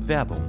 Werbung.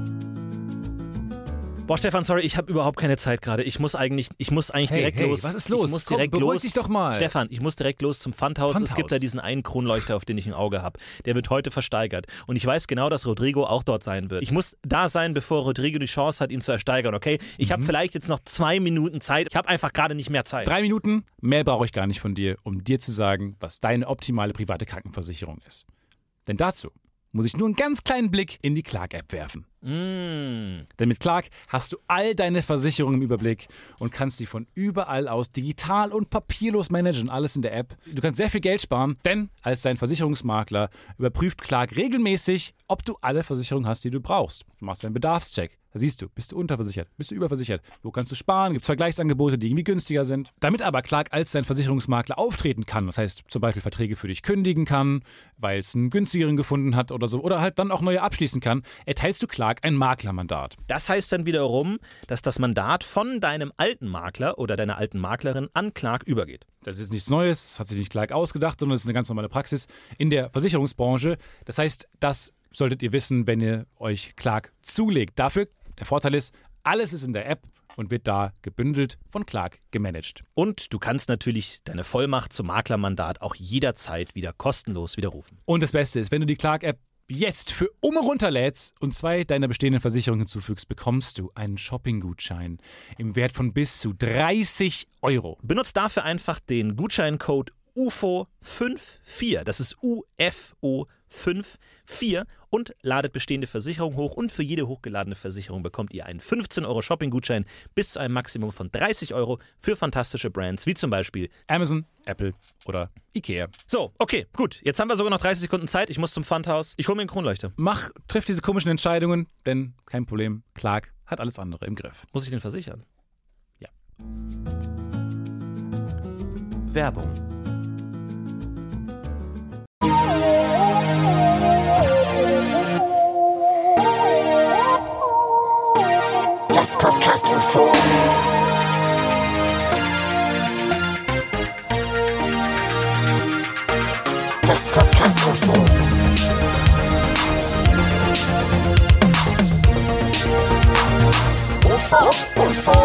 Boah, Stefan, sorry, ich habe überhaupt keine Zeit gerade. Ich muss eigentlich direkt los. Was ist los? Ich muss direkt los. Dich doch mal. Stefan, ich muss direkt los zum Pfandhaus. Es gibt da diesen einen Kronleuchter, auf den ich ein Auge habe. Der wird heute versteigert. Und ich weiß genau, dass Rodrigo auch dort sein wird. Ich muss da sein, bevor Rodrigo die Chance hat, ihn zu ersteigern, okay? Ich habe vielleicht jetzt noch 2 Minuten Zeit. Ich habe einfach gerade nicht mehr Zeit. 3 Minuten? Mehr brauche ich gar nicht von dir, um dir zu sagen, was deine optimale private Krankenversicherung ist. Denn dazu muss ich nur einen ganz kleinen Blick in die Clark-App werfen. Denn mit Clark hast du all deine Versicherungen im Überblick und kannst sie von überall aus digital und papierlos managen, alles in der App. Du kannst sehr viel Geld sparen, denn als dein Versicherungsmakler überprüft Clark regelmäßig, ob du alle Versicherungen hast, die du brauchst. Du machst einen Bedarfscheck. Da siehst du, bist du unterversichert, bist du überversichert, wo kannst du sparen, gibt es Vergleichsangebote, die irgendwie günstiger sind. Damit aber Clark als dein Versicherungsmakler auftreten kann, das heißt zum Beispiel Verträge für dich kündigen kann, weil es einen günstigeren gefunden hat oder so, oder halt dann auch neue abschließen kann, erteilst du Clark ein Maklermandat. Das heißt dann wiederum, dass das Mandat von deinem alten Makler oder deiner alten Maklerin an Clark übergeht. Das ist nichts Neues, das hat sich nicht Clark ausgedacht, sondern das ist eine ganz normale Praxis in der Versicherungsbranche. Das heißt, das solltet ihr wissen, wenn ihr euch Clark zulegt. Dafür, der Vorteil ist, alles ist in der App und wird da gebündelt von Clark gemanagt. Und du kannst natürlich deine Vollmacht zum Maklermandat auch jederzeit wieder kostenlos widerrufen. Und das Beste ist, wenn du die Clark-App jetzt für runterlädst und 2 deiner bestehenden Versicherungen hinzufügst, bekommst du einen Shopping-Gutschein im Wert von bis zu 30 €. Benutzt dafür einfach den Gutscheincode UFO54, das ist UFO54 und ladet bestehende Versicherungen hoch und für jede hochgeladene Versicherung bekommt ihr einen 15 € Shopping-Gutschein bis zu einem Maximum von 30 € für fantastische Brands wie zum Beispiel Amazon, Apple oder Ikea. So, okay, gut. Jetzt haben wir sogar noch 30 Sekunden Zeit. Ich muss zum Pfandhaus. Ich hole mir einen Kronleuchter. Triff diese komischen Entscheidungen, denn kein Problem, Clark hat alles andere im Griff. Muss ich den versichern? Ja. Werbung. Das Podcast UFO. Das Podcast UFO. UFO, UFO.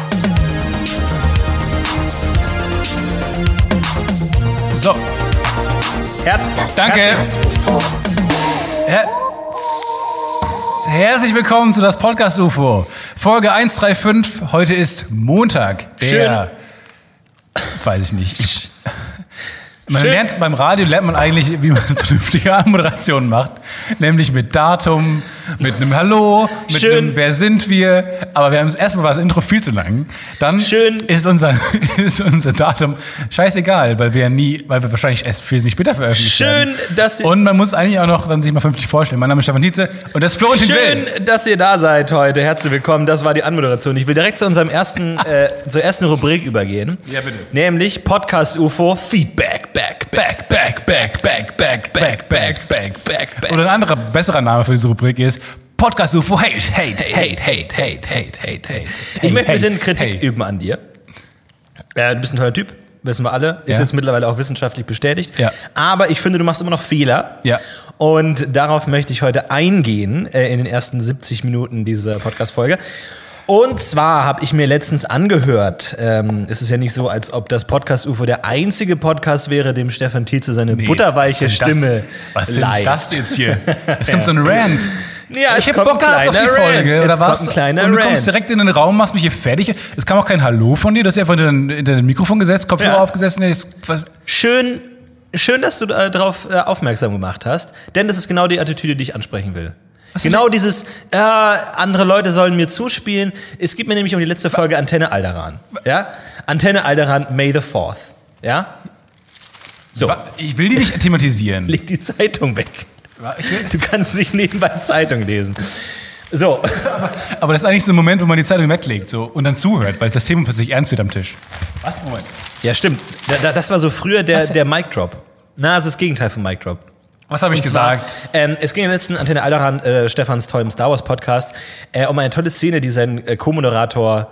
So. Danke. Herzlich willkommen zu das Podcast UFO. Folge 135. Heute ist Montag. Weiß ich nicht. Beim Radio lernt man eigentlich, wie man vernünftige Anmoderationen macht. Nämlich mit Datum, mit einem Hallo, mit einem Wer sind wir. Aber wir haben erstmal das Intro viel zu lang. Dann ist unser Datum scheißegal, weil wir wahrscheinlich erst viel nicht später veröffentlichen werden. Und man muss eigentlich auch noch dann sich mal vernünftig vorstellen. Mein Name ist Stefan Tietze und das ist Florentin Will. Schön, dass ihr da seid heute. Herzlich willkommen. Das war die Anmoderation. Ich will direkt zu unserem zur ersten Rubrik übergehen. Ja, bitte. Nämlich Podcast UFO Feedback. Oder ein anderer, besserer Name für diese Rubrik ist Podcast UFO Hate. Ich möchte ein bisschen Kritik üben an dir. Du bist ein toller Typ, wissen wir alle. Ist jetzt mittlerweile auch wissenschaftlich bestätigt. Ja. Aber ich finde, du machst immer noch Fehler. Ja. Und darauf möchte ich heute eingehen in den ersten 70 Minuten dieser Podcast-Folge. Und zwar habe ich mir letztens angehört, es ist ja nicht so, als ob das Podcast UFO der einzige Podcast wäre, dem Stefan Tietze seine butterweiche Stimme Was ist denn leiht. das jetzt hier? Es kommt so ein Rant. Ja, Ich habe Bock gehabt auf die Folge, oder was? Und du kommst direkt in den Raum, machst mich hier fertig. Es kam auch kein Hallo von dir, du hast einfach in dein Mikrofon gesetzt, Kopfhörer aufgesetzt. Schön, dass du darauf aufmerksam gemacht hast, denn das ist genau die Attitüde, die ich ansprechen will. Genau dieses, andere Leute sollen mir zuspielen. Es geht mir nämlich um die letzte Folge Antenne Alderan. Ja? Antenne Alderan, May the 4th. Ja? So. Ich will die nicht thematisieren. Leg die Zeitung weg. Du kannst nicht nebenbei Zeitung lesen. So. Aber das ist eigentlich so ein Moment, wo man die Zeitung weglegt so, und dann zuhört, weil das Thema plötzlich ernst wird am Tisch. Was? Moment. Ja, stimmt. Das war so früher der Mic Drop. Na, das ist das Gegenteil von Mic Drop. Was habe ich gesagt? Es ging im letzten Antenne Alderan, Stefans tollem Star Wars Podcast, um eine tolle Szene, die sein Co-Moderator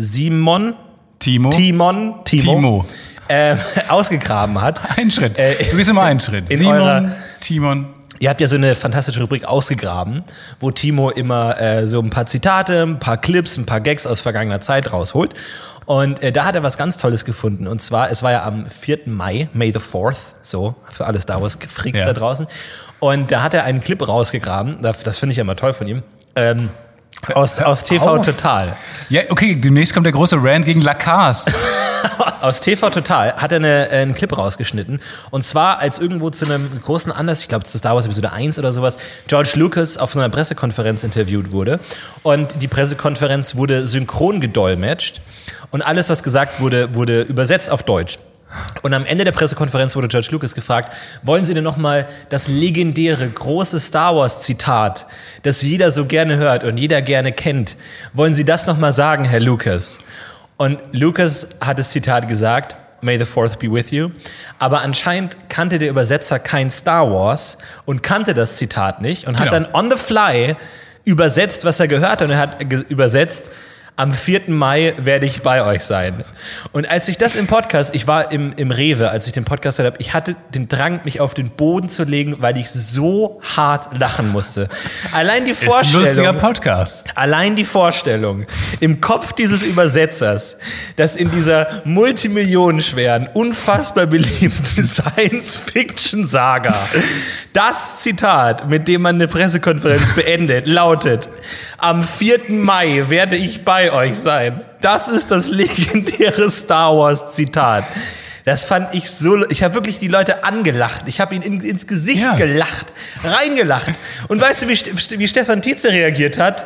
Timo ausgegraben hat. Ein Schritt. Du gehst immer einen Schritt. Timon. ihr habt ja so eine fantastische Rubrik ausgegraben, wo Timo immer so ein paar Zitate, ein paar Clips, ein paar Gags aus vergangener Zeit rausholt. Und da hat er was ganz Tolles gefunden. Und zwar, es war ja am 4. Mai, May the 4th, so, für alle Star Wars Freaks da draußen. Und da hat er einen Clip rausgegraben, das finde ich ja immer toll von ihm, aus TV Total. Ja, okay, demnächst kommt der große Rant gegen Lacasse. Aus TV Total hat er einen Clip rausgeschnitten. Und zwar, als irgendwo zu einem großen Anlass, ich glaube zu Star Wars Episode 1 oder sowas, George Lucas auf so einer Pressekonferenz interviewt wurde. Und die Pressekonferenz wurde synchron gedolmetscht. Und alles, was gesagt wurde, wurde übersetzt auf Deutsch. Und am Ende der Pressekonferenz wurde George Lucas gefragt, wollen Sie denn nochmal das legendäre, große Star Wars-Zitat, das jeder so gerne hört und jeder gerne kennt, wollen Sie das nochmal sagen, Herr Lucas? Und Lucas hat das Zitat gesagt, May the 4th be with you. Aber anscheinend kannte der Übersetzer kein Star Wars und kannte das Zitat nicht und hat dann on the fly übersetzt, was er gehört hat. Und er hat übersetzt, am 4. Mai werde ich bei euch sein. Und als ich das im Podcast, ich war im Rewe, als ich den Podcast gehört habe, ich hatte den Drang, mich auf den Boden zu legen, weil ich so hart lachen musste. Allein die Vorstellung. Ist ein lustiger Podcast. Allein die Vorstellung im Kopf dieses Übersetzers, dass in dieser multimillionenschweren, unfassbar beliebten Science-Fiction-Saga das Zitat, mit dem man eine Pressekonferenz beendet, lautet: Am 4. Mai werde ich bei euch sein. Das ist das legendäre Star Wars Zitat. Das fand ich so, ich habe wirklich die Leute angelacht. Ich habe ihnen ins Gesicht gelacht, reingelacht. Und weißt du, wie Stefan Tietze reagiert hat?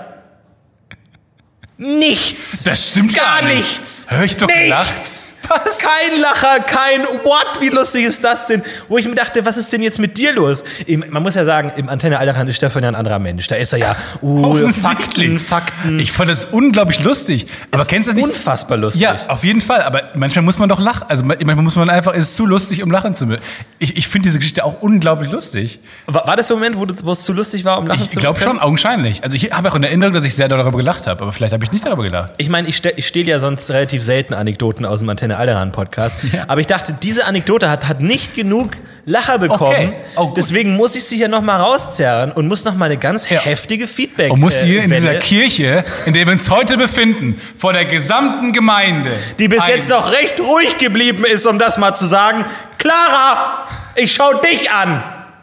Nichts. Das stimmt gar nicht. Nichts. Hör ich doch gelacht. Was? Kein Lacher, kein What, wie lustig ist das denn? Wo ich mir dachte, was ist denn jetzt mit dir los? Man muss ja sagen, im Antenne Alderrand ist Stefan ja ein anderer Mensch. Da ist er ja, Fakten. Ich fand das unglaublich lustig. Aber kennst du das nicht? Unfassbar lustig. Ja, auf jeden Fall. Aber manchmal muss man doch lachen. Also manchmal muss man einfach, es ist zu lustig, um lachen zu müssen. Ich finde diese Geschichte auch unglaublich lustig. War das der Moment, wo es zu lustig war, um lachen zu können? Ich glaube schon, augenscheinlich. Also ich habe auch in Erinnerung, dass ich sehr darüber gelacht habe. Aber vielleicht habe ich nicht darüber gelacht. Ich meine, ich stehle ja sonst relativ selten Anekdoten aus dem Antenne Alderrand Podcast. Ja. Aber ich dachte, diese Anekdote hat nicht genug Lacher bekommen. Okay. Oh, deswegen muss ich sie hier nochmal rauszerren und muss nochmal eine ganz heftige Feedback und muss hier in dieser Kirche, in der wir uns heute befinden, vor der gesamten Gemeinde, die bis jetzt noch recht ruhig geblieben ist, um das mal zu sagen: Clara, ich schau dich an.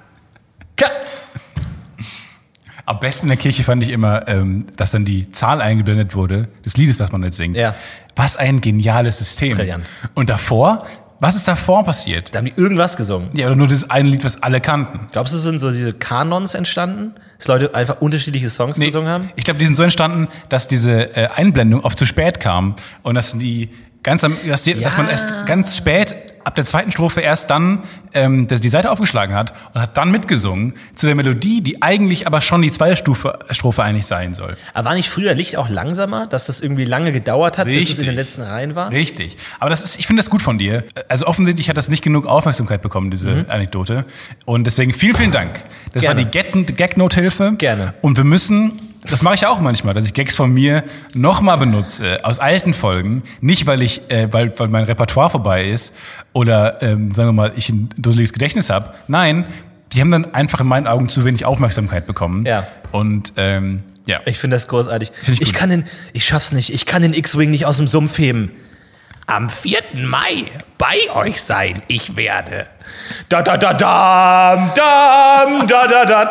Am besten in der Kirche fand ich immer, dass dann die Zahl eingeblendet wurde, des Liedes, was man jetzt singt. Ja. Was ein geniales System. Brillant. Und davor, was ist davor passiert? Da haben die irgendwas gesungen. Ja, oder nur das eine Lied, was alle kannten. Glaubst du, sind so diese Kanons entstanden? Dass Leute einfach unterschiedliche Songs gesungen haben? Ich glaube, die sind so entstanden, dass diese Einblendung oft zu spät kam und dass dass man erst ganz spät ab der zweiten Strophe erst dann die Seite aufgeschlagen hat und hat dann mitgesungen zu der Melodie, die eigentlich aber schon die zweite Strophe eigentlich sein soll. Aber war nicht früher Licht auch langsamer, dass das irgendwie lange gedauert hat, bis es in den letzten Reihen war? Richtig. Aber ich finde das gut von dir. Also offensichtlich hat das nicht genug Aufmerksamkeit bekommen, diese Anekdote. Und deswegen vielen, vielen Dank. Das war die Gag-Note-Hilfe. Gerne. Und wir müssen... Das mache ich ja auch manchmal, dass ich Gags von mir nochmal benutze, aus alten Folgen. Nicht, weil mein Repertoire vorbei ist oder, sagen wir mal, ich ein dusseliges Gedächtnis habe. Nein, die haben dann einfach in meinen Augen zu wenig Aufmerksamkeit bekommen. Ja. Und, ja. Ich finde das großartig. Ich schaff's nicht. Ich kann den X-Wing nicht aus dem Sumpf heben. Am 4. Mai bei euch sein, ich werde. Da da da da da da da da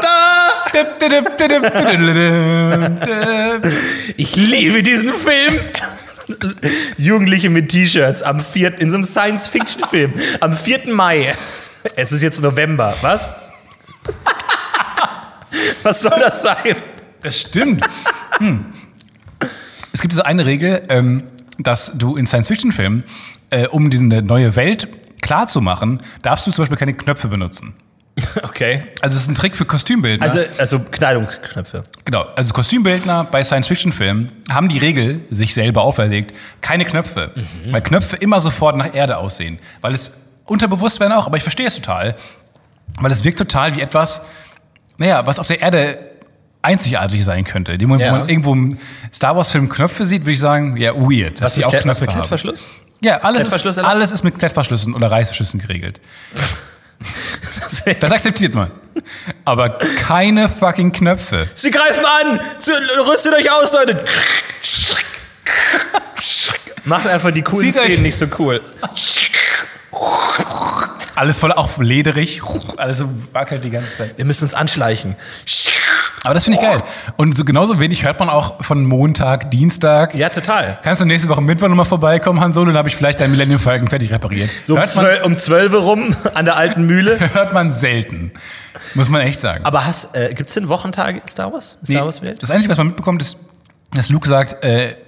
da. Ich liebe diesen Film. Jugendliche mit T-Shirts in so einem Science-Fiction-Film am 4. Mai. Es ist jetzt November, was? Was soll das sein? Das stimmt. Es gibt so eine Regel, dass du in Science-Fiction-Filmen, um diese neue Welt klar zu machen, darfst du zum Beispiel keine Knöpfe benutzen. Okay. Also es ist ein Trick für Kostümbildner. Also Kleidungsknöpfe. Genau. Also Kostümbildner bei Science-Fiction-Filmen haben die Regel sich selber auferlegt, keine Knöpfe. Weil Knöpfe immer sofort nach Erde aussehen. Weil es unterbewusst werden auch, aber ich verstehe es total. Weil es wirkt total wie etwas, was auf der Erde einzigartig sein könnte. Wo man irgendwo im Star Wars-Film Knöpfe sieht, würde ich sagen, weird. Was mit Klettverschluss? Ja, alles ist mit Klettverschlüssen oder Reißverschlüssen geregelt. Das akzeptiert man. Aber keine fucking Knöpfe. Sie greifen an! Rüstet euch aus, Leute! Macht einfach die coolen Zieht euch- Szenen nicht so cool. Alles voll auch lederig. Alles so wackelt die ganze Zeit. Wir müssen uns anschleichen. Aber das finde ich geil. Und so genauso wenig hört man auch von Montag, Dienstag. Ja, total. Kannst du nächste Woche Mittwoch nochmal vorbeikommen, Han Solo, dann habe ich vielleicht deinen Millennium Falcon fertig repariert. So um 12 rum an der alten Mühle. Hört man selten. Muss man echt sagen. Aber gibt es denn Wochentage in Star Wars? In Star Wars Welt? Das Einzige, was man mitbekommt, ist, dass Luke sagt,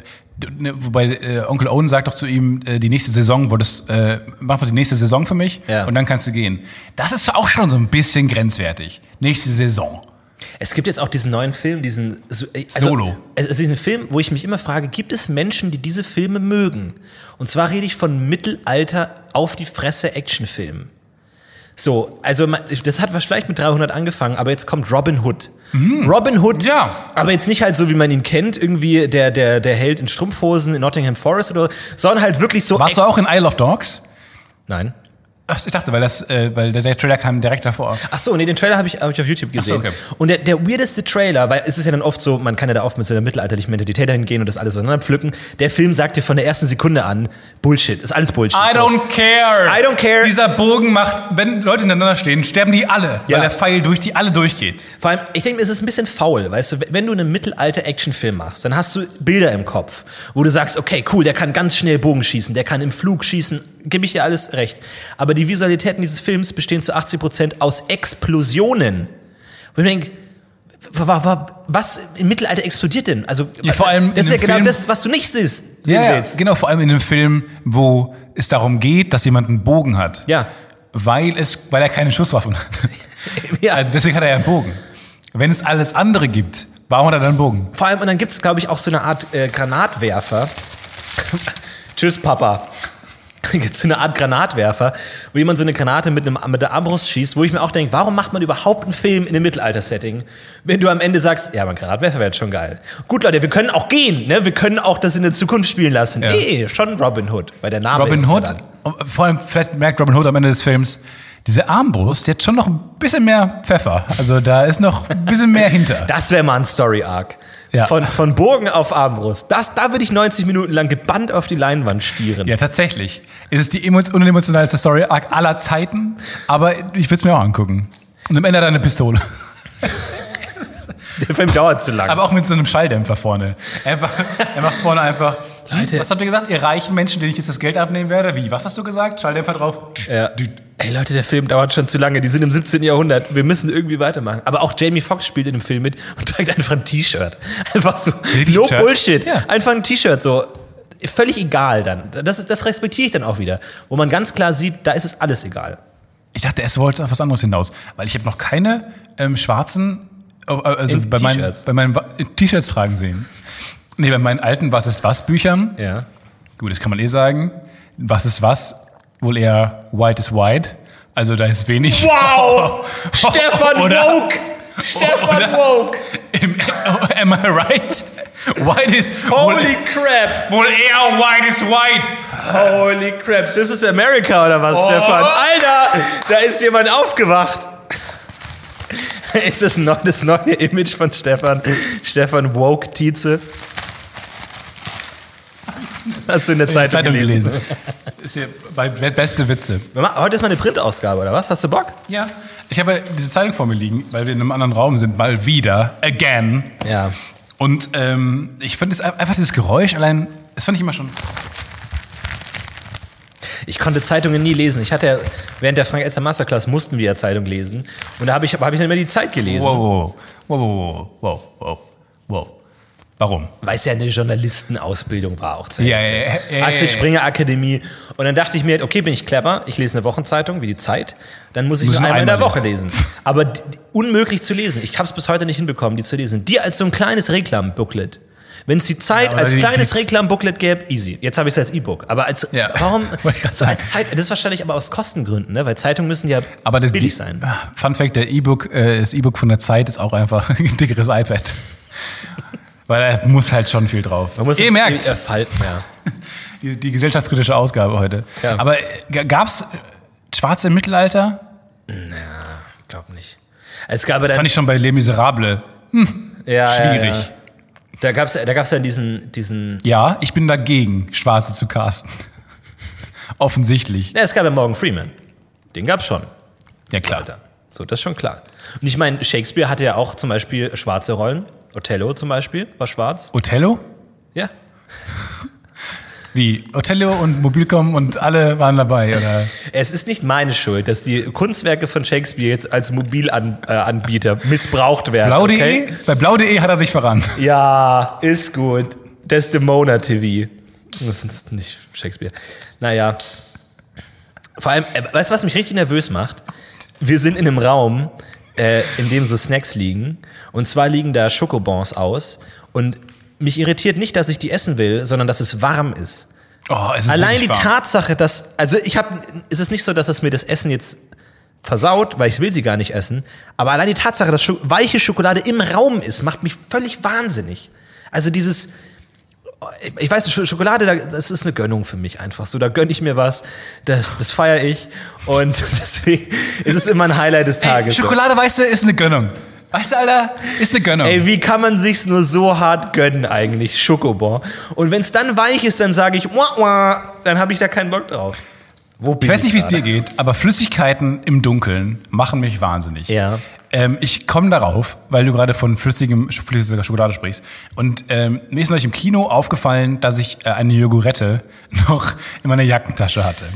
wobei Onkel Owen sagt doch zu ihm, die nächste Saison, mach doch die nächste Saison für mich und dann kannst du gehen. Das ist auch schon so ein bisschen grenzwertig. Nächste Saison. Es gibt jetzt auch diesen neuen Film, Solo. Es ist ein Film, wo ich mich immer frage, gibt es Menschen, die diese Filme mögen? Und zwar rede ich von Mittelalter auf die Fresse Actionfilmen. So, also das hat vielleicht mit 300 angefangen, aber jetzt kommt Robin Hood. Robin Hood, Ja. aber jetzt nicht halt so, wie man ihn kennt, irgendwie der Held in Strumpfhosen in Nottingham Forest oder so, sondern halt wirklich so... Warst du auch in Isle of Dogs? Nein. Ach, ich dachte, weil der Trailer kam direkt davor. Ach so, nee, den Trailer habe ich auf YouTube gesehen. Ach so, okay. Und der weirdeste Trailer, weil es ist ja dann oft so, man kann ja da oft mit so einer mittelalterlichen Mentalität hingehen und das alles auseinanderpflücken. Der Film sagt dir von der ersten Sekunde an, Bullshit, ist alles Bullshit. I don't care. I don't care. Dieser Bogen macht, wenn Leute hintereinander stehen, sterben die alle, Ja. weil der Pfeil durch die alle durchgeht. Vor allem, ich denke mir, es ist ein bisschen faul, weißt du, wenn du einen Mittelalter-Actionfilm machst, dann hast du Bilder im Kopf, wo du sagst, okay, cool, der kann ganz schnell Bogen schießen, der kann im Flug schießen, gebe ich dir alles recht. Aber die Visualitäten dieses Films bestehen zu 80% aus Explosionen. Und ich denke, was im Mittelalter explodiert denn? Also, Ja, vor allem das ist in ja dem genau Film- das, was du nicht siehst. Ja, willst. genau, vor allem in einem Film, wo es darum geht, dass jemand einen Bogen hat. Ja. Weil er keine Schusswaffen hat. Ja. Also deswegen hat er ja einen Bogen. Wenn es alles andere gibt, warum hat er dann einen Bogen? Vor allem, und dann gibt es, glaube ich, auch so eine Art Granatwerfer. Tschüss, Papa. Dann gibt es so eine Art Granatwerfer, wo jemand so eine Granate mit der Armbrust schießt, wo ich mir auch denke, warum macht man überhaupt einen Film in einem Mittelalter-Setting, wenn du am Ende sagst, ja, aber ein Granatwerfer wäre schon geil. Gut, Leute, wir können auch gehen, ne? Wir können auch das in der Zukunft spielen lassen. Ja. Nee, schon Robin Hood, weil der Name Robin ist Hood, ja dann. vor allem vielleicht merkt Robin Hood am Ende des Films, diese Armbrust, die hat schon noch ein bisschen mehr Pfeffer. Also da ist noch ein bisschen mehr hinter. Das wäre mal ein Story-Arc. Ja. Von Bogen auf Armbrust. Da würde ich 90 Minuten lang gebannt auf die Leinwand stieren. Ja, tatsächlich. Es ist die unemotionalste Story-Arc aller Zeiten, aber ich würde es mir auch angucken. Und am Ende hat er eine Pistole. Der Film dauert zu lang. Aber auch mit so einem Schalldämpfer vorne. Er macht vorne einfach. Leute. Was habt ihr gesagt? Ihr reichen Menschen, denen ich jetzt das Geld abnehmen werde? Wie? Was hast du gesagt? Schalldämpfer drauf? Ja. Ey Leute, der Film dauert schon zu lange. Die sind im 17. Jahrhundert. Wir müssen irgendwie weitermachen. Aber auch Jamie Foxx spielt in dem Film mit und trägt einfach ein T-Shirt. Einfach so. Richtig No Shirt? Bullshit. Ja. Einfach ein T-Shirt so. Völlig egal dann. Das respektiere ich dann auch wieder. Wo man ganz klar sieht, da ist es alles egal. Ich dachte, es wollte auf was anderes hinaus. Weil ich habe noch keine schwarzen, also In bei T-Shirts. meinen T-Shirts tragen sehen. Nee, bei meinen alten Was ist was Büchern. Ja. Gut, das kann man sagen. Was ist was? Wohl eher White is White. Also da ist wenig. Wow! Stefan Oder- Woke! Stefan Woke! Am I right? White is Holy crap! wohl eher White is White. Holy crap! Das ist America oder was, Stefan? Alter! Da ist jemand aufgewacht! Ist das neue Image von Stefan? Stefan Woke Tietze? Hast du in der Zeitung gelesen? Ist hier bei beste Witze. Heute ist mal eine Printausgabe, oder was? Hast du Bock? Ja. Ich habe diese Zeitung vor mir liegen, weil wir in einem anderen Raum sind, mal wieder, again. Ja. Und ich finde einfach dieses Geräusch allein, das fand ich immer schon. Ich konnte Zeitungen nie lesen. Ich hatte ja, während der Frank Elster Masterclass mussten wir ja Zeitung lesen. Und da habe ich dann immer die Zeit gelesen. Wow. Warum? Weil es ja eine Journalistenausbildung war auch zur Ja, Hälfte. ja. Axel Springer Akademie. Und dann dachte ich mir, okay, bin ich clever, ich lese eine Wochenzeitung, wie die Zeit, dann muss ich nur einmal in der Woche lesen. Aber unmöglich zu lesen. Ich habe es bis heute nicht hinbekommen, die zu lesen. Die als so ein kleines Reklambooklet. Wenn es die Zeit Ja, als die- kleines die- Reklambooklet gäbe, easy. Jetzt habe ich es als E-Book. Aber als, Ja, warum? wollte ich grad So sagen. als Zeit, das ist wahrscheinlich aber aus Kostengründen, ne? Weil Zeitungen müssen ja Aber billig sein. Fun Fact, das E-Book von der Zeit ist auch einfach ein dickeres iPad. Weil da muss halt schon viel drauf. Man muss Ihr merkt, falten, ja. die gesellschaftskritische Ausgabe heute. Ja. Aber gab's Schwarze im Mittelalter? glaube nicht. Es gab Das fand ich schon bei Les Miserables schwierig. Ja. Da gab's ja diesen. Ja, ich bin dagegen, Schwarze zu casten. Offensichtlich. Ja, es gab ja Morgan Freeman. Den gab's schon. Ja, klar. Alter. So, das ist schon klar. Und ich meine, Shakespeare hatte ja auch zum Beispiel schwarze Rollen. Othello zum Beispiel war schwarz. Othello? Ja. Wie? Othello und Mobilcom und alle waren dabei, oder? Es ist nicht meine Schuld, dass die Kunstwerke von Shakespeare jetzt als Mobilanbieter missbraucht werden. Blau.de? Okay? Bei Blau.de hat er sich verrannt. Ja, ist gut. Desdemona TV. Das ist nicht Shakespeare. Naja. Vor allem, weißt du, was mich richtig nervös macht? Wir sind in einem Raum, in dem so Snacks liegen. Und zwar liegen da Schokobons aus. Und mich irritiert nicht, dass ich die essen will, sondern dass es warm ist. Oh, es ist Allein die warm. Tatsache, dass, also es ist nicht so, dass es mir das Essen jetzt versaut, weil ich will sie gar nicht essen, aber allein die Tatsache, dass weiche Schokolade im Raum ist, macht mich völlig wahnsinnig. Also dieses, ich weiß, Schokolade, das ist eine Gönnung für mich einfach so, da gönne ich mir was, das feiere ich und deswegen ist es immer ein Highlight des Tages. Schokolade, weißt du, ist eine Gönnung. Weißt du, Alter, ist eine Gönnung. Ey, wie kann man sich's nur so hart gönnen eigentlich, Schokobon? Und wenn es dann weich ist, dann sage ich, wah, wah, dann habe ich da keinen Bock drauf. Ich weiß nicht, wie es dir geht, aber Flüssigkeiten im Dunkeln machen mich wahnsinnig. Ja. Ich komme darauf, weil du gerade von flüssiger Schokolade sprichst. Und mir ist neulich im Kino aufgefallen, dass ich eine Jogurette noch in meiner Jackentasche hatte.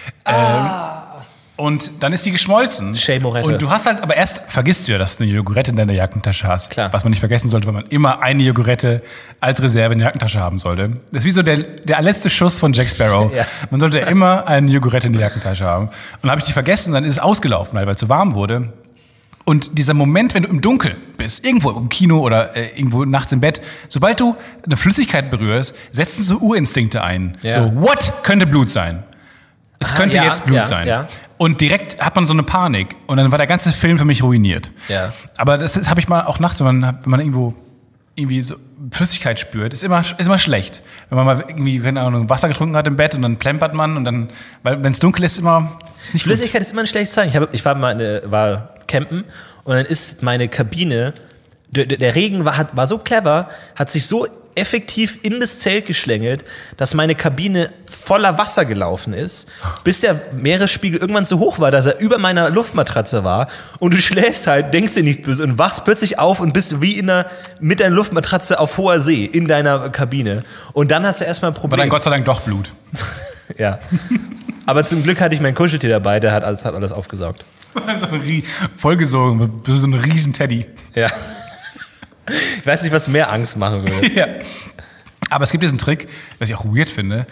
Und dann ist sie geschmolzen. Shame-Orette. Und du hast halt, aber erst vergisst du ja, dass du eine Jogurette in deiner Jackentasche hast. Klar. Was man nicht vergessen sollte, weil man immer eine Jogurette als Reserve in der Jackentasche haben sollte. Das ist wie so der letzte Schuss von Jack Sparrow. Ja. Man sollte immer eine Jogurette in der Jackentasche haben. Und dann habe ich die vergessen, dann ist es ausgelaufen, weil es zu warm wurde. Und dieser Moment, wenn du im Dunkeln bist, irgendwo im Kino oder irgendwo nachts im Bett, sobald du eine Flüssigkeit berührst, setzen so Urinstinkte ein. Ja. So, what könnte Blut sein? Es könnte ja, jetzt Blut ja, sein. ja. Und direkt hat man so eine Panik. Und dann war der ganze Film für mich ruiniert. Ja. Aber das habe ich mal auch nachts, wenn man irgendwie so Flüssigkeit spürt, ist immer schlecht. Wenn man mal irgendwie, keine Ahnung, Wasser getrunken hat im Bett und dann plempert man und dann, weil wenn es dunkel ist, ist nicht Flüssigkeit ist immer ein schlechtes Zeichen. Ich war campen und dann ist meine Kabine, der Regen war so clever, hat sich so effektiv in das Zelt geschlängelt, dass meine Kabine voller Wasser gelaufen ist, bis der Meeresspiegel irgendwann so hoch war, dass er über meiner Luftmatratze war und du schläfst halt, denkst dir nicht böse und wachst plötzlich auf und bist wie mit deiner Luftmatratze auf hoher See in deiner Kabine und dann hast du erstmal ein Problem. Aber dann Gott sei Dank doch Blut. Ja. Aber zum Glück hatte ich mein Kuscheltier dabei, der hat alles aufgesaugt. So vollgesogen, so ein riesen Teddy. Ja. Ich weiß nicht, was mehr Angst machen würde. Ja. Aber es gibt diesen Trick, was ich auch weird finde.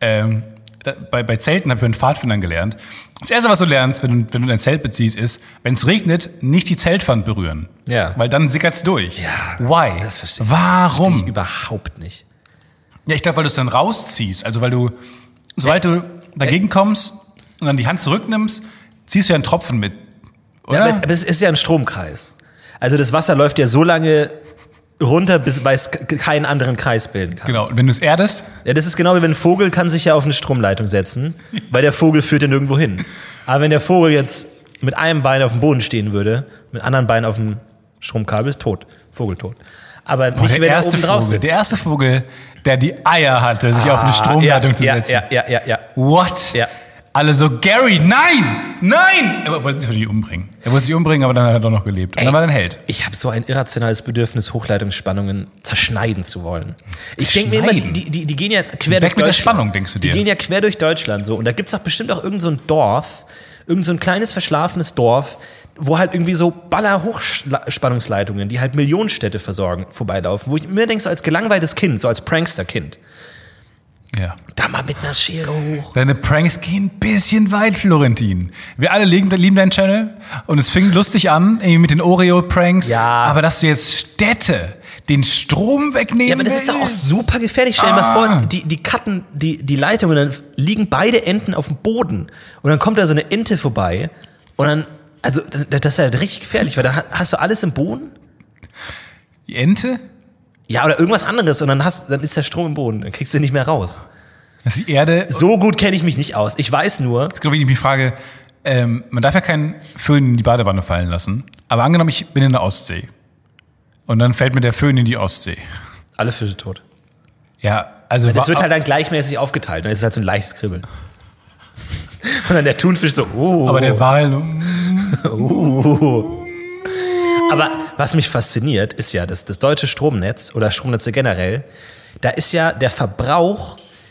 Bei Zelten habe ich bei den Pfadfindern gelernt. Das Erste, was du lernst, wenn du dein Zelt beziehst, ist, wenn es regnet, nicht die Zeltwand berühren. Ja. Weil dann sickert's durch. Ja. Why? Das verstehe ich. Warum? Verstehe ich überhaupt nicht. Ja, ich glaube, weil du es dann rausziehst. Also weil du, sobald du dagegen kommst und dann die Hand zurücknimmst, ziehst du ja einen Tropfen mit. Oder? Ja, aber es ist ja ein Stromkreis. Also das Wasser läuft ja so lange runter, weil es keinen anderen Kreis bilden kann. Genau, und wenn du es erdest? Ja, das ist genau wie wenn ein Vogel kann sich ja auf eine Stromleitung setzen, weil der Vogel führt ja nirgendwo hin. Aber wenn der Vogel jetzt mit einem Bein auf dem Boden stehen würde, mit anderen Beinen auf dem Stromkabel, ist tot. Vogel tot. Aber nicht, wenn er oben drauf sitzt. Der erste Vogel, der die Eier hatte, sich auf eine Stromleitung zu setzen. Ja. What? Ja. Alle so, Gary, nein! Er wollte sich wahrscheinlich umbringen. Aber dann hat er doch noch gelebt. Und dann war er ein Held. Ich habe so ein irrationales Bedürfnis, Hochleitungsspannungen zerschneiden zu wollen. Ich denke mir immer, die gehen ja quer durch Deutschland. Weg mit der Spannung, denkst du dir? Die gehen ja quer durch Deutschland so. Und da gibt's doch bestimmt auch irgend so ein Dorf, irgend so ein kleines verschlafenes Dorf, wo halt irgendwie so Baller-Hochspannungsleitungen, die halt Millionenstädte versorgen, vorbeilaufen. Wo ich mir denke, so als gelangweiltes Kind, so als Prankster-Kind. Ja. Da mal mit einer Schere hoch. Deine Pranks gehen ein bisschen weit, Florentin. Wir alle lieben deinen Channel und es fing lustig an, irgendwie mit den Oreo-Pranks. Ja. Aber dass du jetzt Städte den Strom wegnehmen Ja, aber das ist doch auch super gefährlich. Stell dir mal vor, die cutten die Leitung und dann liegen beide Enten auf dem Boden. Und dann kommt da so eine Ente vorbei und dann, also das ist ja richtig gefährlich, weil dann hast du alles im Boden. Die Ente? Ja, oder irgendwas anderes und dann ist der Strom im Boden, dann kriegst du den nicht mehr raus. Das ist die Erde. So gut kenne ich mich nicht aus. Ich weiß nur. Das ist, glaube ich, die Frage, man darf ja keinen Föhn in die Badewanne fallen lassen. Aber angenommen, ich bin in der Ostsee. Und dann fällt mir der Föhn in die Ostsee. Alle Fische tot. Ja, also. Das wird halt dann gleichmäßig aufgeteilt. Dann ist es halt so ein leichtes Kribbeln. Und dann der Thunfisch so, Aber der Wal. Aber was mich fasziniert, ist ja, dass das deutsche Stromnetz oder Stromnetze generell, da ist ja der Verbrauch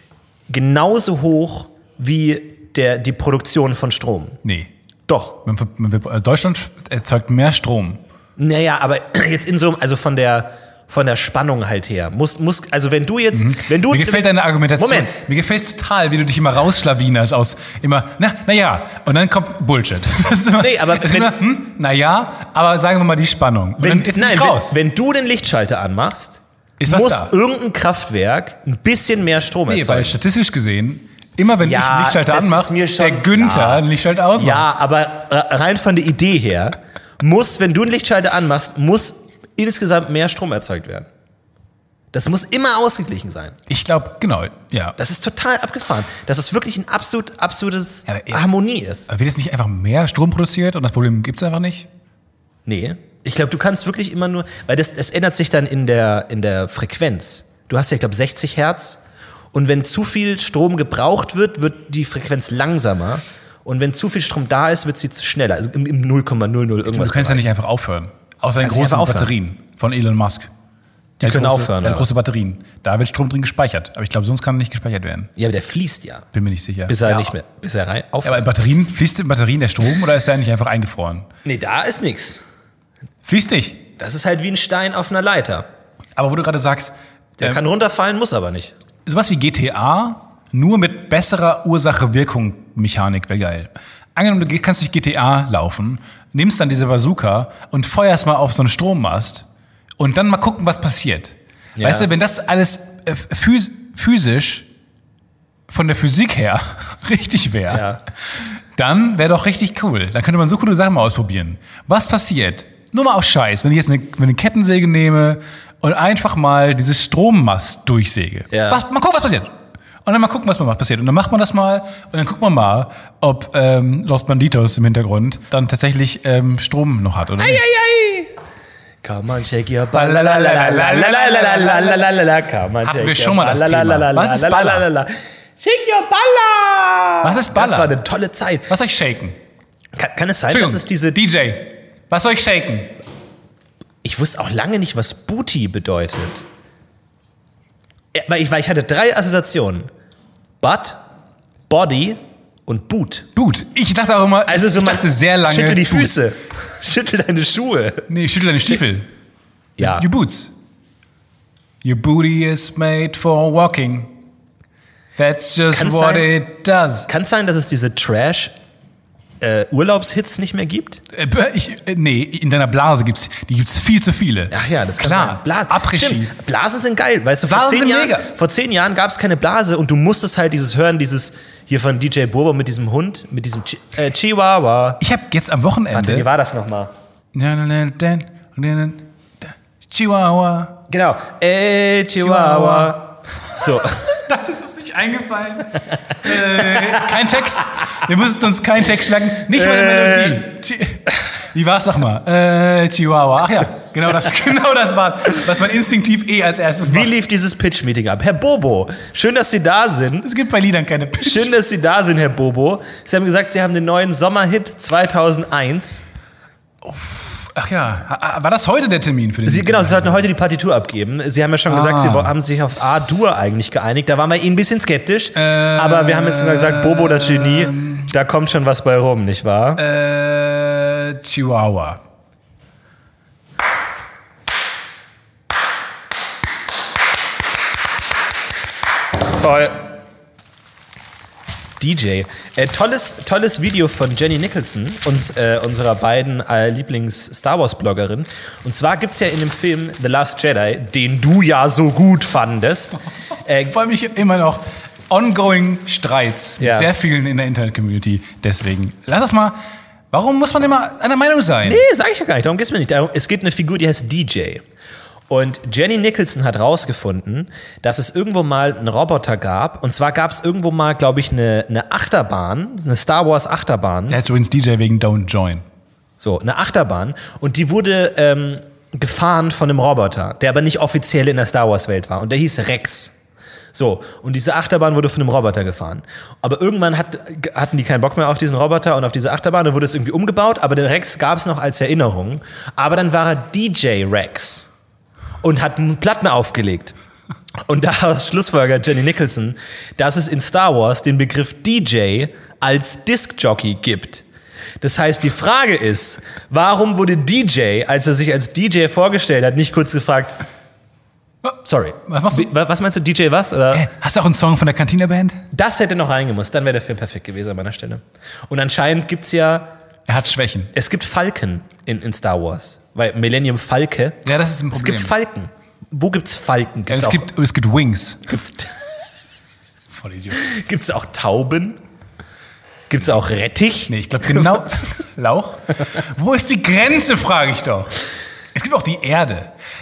genauso hoch wie die Produktion von Strom. Nee. Doch. Deutschland erzeugt mehr Strom. Naja, aber jetzt also von der Spannung halt her. Also wenn du jetzt, wenn du. Mir gefällt deine Argumentation. Moment. Mir gefällt es total, wie du dich immer rausschlawinerst aus immer, naja, und dann kommt Bullshit. Das ist immer, Nee, aber ist immer, naja, aber sagen wir mal die Spannung. Und dann, jetzt bin ich raus. Wenn du den Lichtschalter anmachst, Ist was muss da? irgendein Kraftwerk ein bisschen mehr Strom Nee, erzeugen. weil statistisch gesehen, immer wenn ich einen Lichtschalter das anmache, ist mir schon der Günther klar. einen Lichtschalter ausmacht. Ja, aber rein von der Idee her, wenn du einen Lichtschalter anmachst, muss insgesamt mehr Strom erzeugt werden. Das muss immer ausgeglichen sein. Ich glaube, genau, ja. Das ist total abgefahren. Dass es wirklich ein absolutes Ja, aber Harmonie ist. Aber wird jetzt nicht einfach mehr Strom produziert und das Problem gibt es einfach nicht? Nee. Ich glaube, du kannst wirklich immer nur, weil das ändert sich dann in der Frequenz. Du hast ja, ich glaube, 60 Hertz. Und wenn zu viel Strom gebraucht wird, wird die Frequenz langsamer. Und wenn zu viel Strom da ist, wird sie schneller. Also im 0,00 irgendwas. Du kannst ja nicht einfach aufhören. Außer in Kannst nicht großen einfach aufhören. Batterien von Elon Musk. Die können aufhören, Der hat oder? große Batterien. Da wird Strom drin gespeichert. Aber ich glaube, sonst kann er nicht gespeichert werden. Ja, aber der fließt ja. Bin mir nicht sicher. Bis er ja. nicht mehr, bis er rein Ja, aber aufhört. in Batterien, fließt in Batterien der Strom oder ist der nicht einfach eingefroren? Nee, da ist nix. Fließt nicht. Das ist halt wie ein Stein auf einer Leiter. Aber wo du gerade sagst, Der kann runterfallen, muss aber nicht. sowas wie GTA, nur mit besserer Ursache-Wirkung-Mechanik wäre geil. Angenommen, du kannst durch GTA laufen, nimmst dann diese Bazooka und feuerst mal auf so einen Strommast und dann mal gucken, was passiert. Ja. Weißt du, wenn das alles physisch von der Physik her richtig wäre, Ja. dann wäre doch richtig cool. Dann könnte man so coole Sachen mal ausprobieren. Was passiert? Nur mal aus Scheiß, wenn ich jetzt eine Kettensäge nehme und einfach mal dieses Strommast durchsäge. Ja. Mal gucken, was passiert. Und dann mal gucken, was passiert. Und dann macht man das mal und dann guckt man mal, ob Los Banditos im Hintergrund dann tatsächlich Strom noch hat, oder nicht? Come on, shake your ball, Come on, Hatten wir schon mal das Thema. Was ist Baller? Shake your Baller! Was ist Baller? Das war eine tolle Zeit. Was soll ich shaken? Kann es sein, dass es diese... DJ, was soll ich shaken? Ich wusste auch lange nicht, was Booty bedeutet. Weil ich hatte 3 Assoziationen. Butt, Body und Boot. Boot. Ich dachte auch immer, Also so ich dachte sehr lange. Schüttel die Boot. Füße. Schüttel deine Schuhe. Nee, schüttel deine Stiefel. Ja. Your boots. Your booty is made for walking. That's just Kann's what sein? it does. Kann es sein, dass es diese Trash-Urlaubshits nicht mehr gibt? Nee, in deiner Blase gibt's viel zu viele. Ach ja, das kann Klar. sein. Blasen. Après-Ski. Stimmt. Blasen sind geil. Weißt du, Blasen sind mega. vor 10 Jahren gab es keine Blase und du musstest halt dieses hier von DJ Bobo mit diesem Hund, mit diesem Chihuahua. Ich habe jetzt am Wochenende. Warte, wie war das nochmal? Chihuahua. Genau. Chihuahua. So. Das ist uns nicht eingefallen. Kein Text. Wir mussten uns keinen Text merken. Nicht mal eine Melodie. Wie war's nochmal? Chihuahua. Ach ja, genau das war's. Was man instinktiv als erstes Wie macht. lief dieses Pitch-Meeting ab? Herr Bobo, schön, dass Sie da sind. Es gibt bei Liedern keine Pitch. Schön, dass Sie da sind, Herr Bobo. Sie haben gesagt, Sie haben den neuen Sommerhit 2001. Ach ja, war das heute der Termin für den Sie sollten heute die Partitur abgeben. Sie haben ja schon gesagt, Sie haben sich auf A-Dur eigentlich geeinigt. Da waren wir Ihnen ein bisschen skeptisch. Aber wir haben jetzt mal gesagt, Bobo, das Genie, da kommt schon was bei rum, nicht wahr? Chihuahua. Toll. DJ. Tolles Video von Jenny Nicholson, unserer beiden Lieblings-Star Wars-Bloggerin. Und zwar gibt es ja in dem Film The Last Jedi, den du ja so gut fandest. Vor allem ich immer noch ongoing Streits Ja. mit sehr vielen in der Internet-Community. Deswegen, lass das mal. Warum muss man immer einer Meinung sein? Nee, sag ich ja gar nicht, darum geht's mir nicht. Es gibt eine Figur, die heißt DJ. Und Jenny Nicholson hat rausgefunden, dass es irgendwo mal einen Roboter gab. Und zwar gab es irgendwo mal, glaube ich, eine Achterbahn, eine Star Wars Achterbahn. Der ist übrigens DJ wegen Don't Join. So, eine Achterbahn. Und die wurde gefahren von einem Roboter, der aber nicht offiziell in der Star Wars Welt war. Und der hieß Rex. So, und diese Achterbahn wurde von einem Roboter gefahren. Aber irgendwann hatten die keinen Bock mehr auf diesen Roboter und auf diese Achterbahn. Dann wurde es irgendwie umgebaut. Aber den Rex gab es noch als Erinnerung. Aber dann war er DJ Rex. Und hat Platten aufgelegt. Und daraus schlussfolgert Jenny Nicholson, dass es in Star Wars den Begriff DJ als Disc-Jockey gibt. Das heißt, die Frage ist, warum wurde DJ, als er sich als DJ vorgestellt hat, nicht kurz gefragt, sorry, Was machst du? Was meinst du, DJ was? Oder? Hast du auch einen Song von der Cantina-Band? Das hätte noch reingemusst, dann wäre der Film perfekt gewesen an meiner Stelle. Und anscheinend gibt's ja, Er hat Schwächen. es gibt Falken in Star Wars. Weil Millennium Falke. Ja, das ist ein Es Problem. gibt Falken. Wo gibt's Falken? Ja, es gibt Wings. Voll Idiot. Gibt's auch Tauben? Gibt's auch Rettich? Nee, ich glaube genau. Lauch? Wo ist die Grenze, frage ich doch. Es gibt auch die Erde.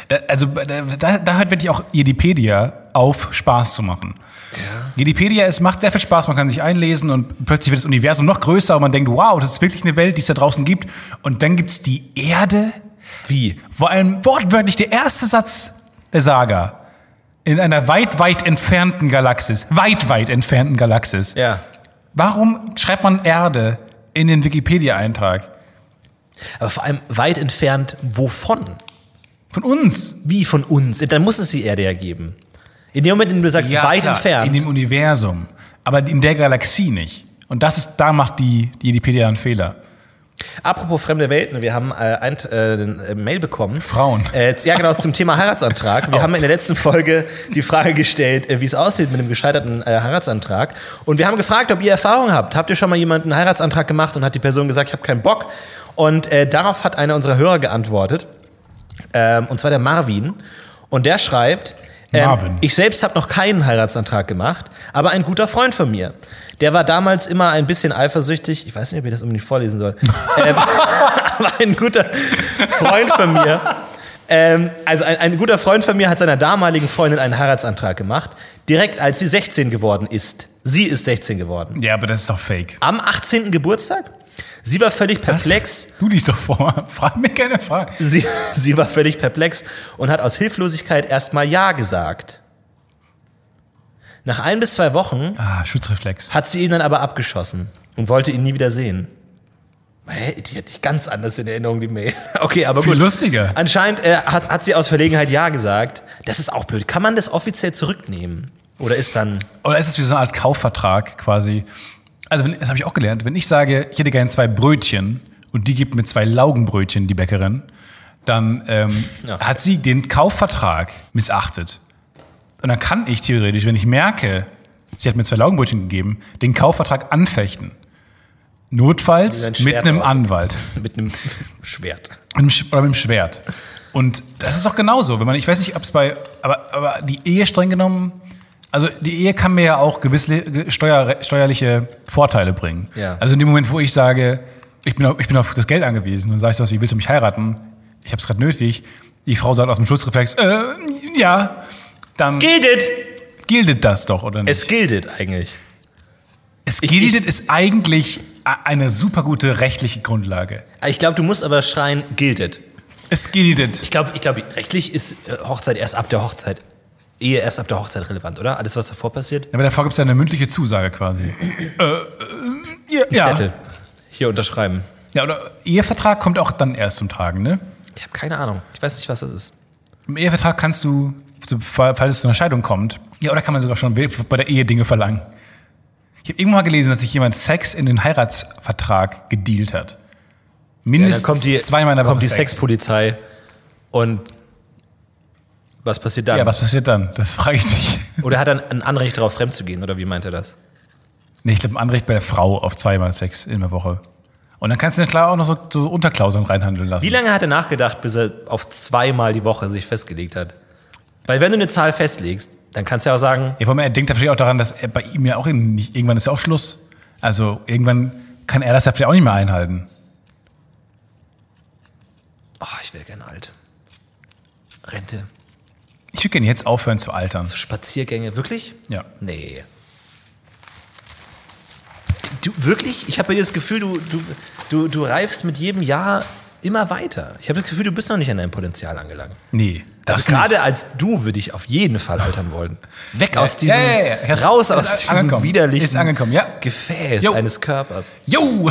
Da hört wirklich auch Jedipedia auf, Spaß zu machen. Ja. Jedipedia, es macht sehr viel Spaß, man kann sich einlesen und plötzlich wird das Universum noch größer und man denkt, wow, das ist wirklich eine Welt, die es da draußen gibt. Und dann gibt's die Erde. Wie? Vor allem wortwörtlich der erste Satz der Saga. In einer weit, weit entfernten Galaxis. Weit, weit entfernten Galaxis. Ja. Warum schreibt man Erde in den Wikipedia-Eintrag? Aber vor allem weit entfernt wovon? Von uns. Wie von uns? Dann muss es die Erde ja geben. In dem Moment, in dem du sagst, weit klar, entfernt. in dem Universum. Aber in der Galaxie nicht. Und da macht die Wikipedia einen Fehler. Apropos fremde Welten, wir haben eine Mail bekommen. Frauen. Ja, genau, zum Thema Heiratsantrag. Wir haben in der letzten Folge die Frage gestellt, wie es aussieht mit einem gescheiterten Heiratsantrag. Und wir haben gefragt, ob ihr Erfahrung habt. Habt ihr schon mal jemanden einen Heiratsantrag gemacht und hat die Person gesagt, ich habe keinen Bock? Und darauf hat einer unserer Hörer geantwortet. Und zwar der Marvin. Und der schreibt, ich selbst habe noch keinen Heiratsantrag gemacht, aber ein guter Freund von mir. Der war damals immer ein bisschen eifersüchtig. Ich weiß nicht, ob ich das unbedingt vorlesen soll. Aber ein guter Freund von mir. Ein guter Freund von mir hat seiner damaligen Freundin einen Heiratsantrag gemacht, direkt als sie 16 geworden ist. Sie ist 16 geworden. Ja, aber das ist doch fake. Am 18. Geburtstag? Sie war völlig perplex. Du liest doch vor. Frag mir keine Frage. Sie war völlig perplex und hat aus Hilflosigkeit erstmal Ja gesagt. Nach 1 bis 2 Wochen Schutzreflex. hat sie ihn dann aber abgeschossen und wollte ihn nie wieder sehen. Die hatte ich ganz anders in Erinnerung, die Mail. Okay, aber Viel gut. lustiger. Anscheinend hat sie aus Verlegenheit Ja gesagt. Das ist auch blöd. Kann man das offiziell zurücknehmen? Oder ist dann... Oder ist es wie so eine Art Kaufvertrag quasi? Also, das habe ich auch gelernt. Wenn ich sage, ich hätte gerne 2 Brötchen und die gibt mir 2 Laugenbrötchen, die Bäckerin, dann hat sie den Kaufvertrag missachtet. Und dann kann ich theoretisch, wenn ich merke, sie hat mir 2 Laugenbrötchen gegeben, den Kaufvertrag anfechten. Notfalls mit einem Anwalt. Mit einem Schwert. Oder mit einem Schwert. Und das ist auch genauso. Wenn man, ich weiß nicht, ob es aber die Ehe streng genommen, also die Ehe kann mir ja auch gewisse steuerliche Vorteile bringen. Ja. Also in dem Moment, wo ich sage, ich bin auf das Geld angewiesen und sagst du, wie willst du mich heiraten? Ich habe es gerade nötig. Die Frau sagt aus dem Schutzreflex, ja, dann gilt das doch, oder nicht? Es gilt eigentlich. Es gilt ist eigentlich eine super gute rechtliche Grundlage. Ich glaube, du musst aber schreien, gilt. Es gilt. Ich glaube, rechtlich ist Hochzeit erst ab der Hochzeit, Ehe erst ab der Hochzeit relevant, oder? Alles, was davor passiert? Aber davor gibt es ja eine mündliche Zusage quasi. Ja. Zettel. Hier unterschreiben. Ja, oder Ehevertrag kommt auch dann erst zum Tragen, ne? Ich habe keine Ahnung. Ich weiß nicht, was das ist. Im Ehevertrag kannst du, falls es zu einer Scheidung kommt, ja, oder kann man sogar schon bei der Ehe Dinge verlangen. Ich habe irgendwann mal gelesen, dass sich jemand Sex in den Heiratsvertrag gedealt hat. Mindestens ja, zweimal in der Woche kommt die Sex. Sexpolizei und was passiert dann? Ja, was passiert dann? Das frage ich dich. Oder hat er ein Anrecht darauf, fremd zu gehen? Oder wie meint er das? Nee, ich glaube, ein Anrecht bei der Frau auf 2-mal Sex in der Woche. Und dann kannst du ja klar auch noch so Unterklauseln reinhandeln lassen. Wie lange hat er nachgedacht, bis er auf 2-mal die Woche sich festgelegt hat? Weil wenn du eine Zahl festlegst, dann kannst du ja auch sagen... Ja, vor allem, er denkt natürlich auch daran, dass er bei ihm ja auch irgendwann ist ja auch Schluss. Also irgendwann kann er das ja vielleicht auch nicht mehr einhalten. Oh, ich wäre gerne alt. Rente. Ich würde gerne jetzt aufhören zu altern. So Spaziergänge, wirklich? Ja. Nee. Du, wirklich? Ich habe bei dir das Gefühl, du reifst mit jedem Jahr immer weiter. Ich habe das Gefühl, du bist noch nicht an deinem Potenzial angelangt. Nee. Also gerade als du würde ich auf jeden Fall altern wollen. Weg aus diesem, Ja. raus aus diesem angekommen. widerlichen Ist angekommen, ja. Gefäß Jo. eines Körpers. Jo!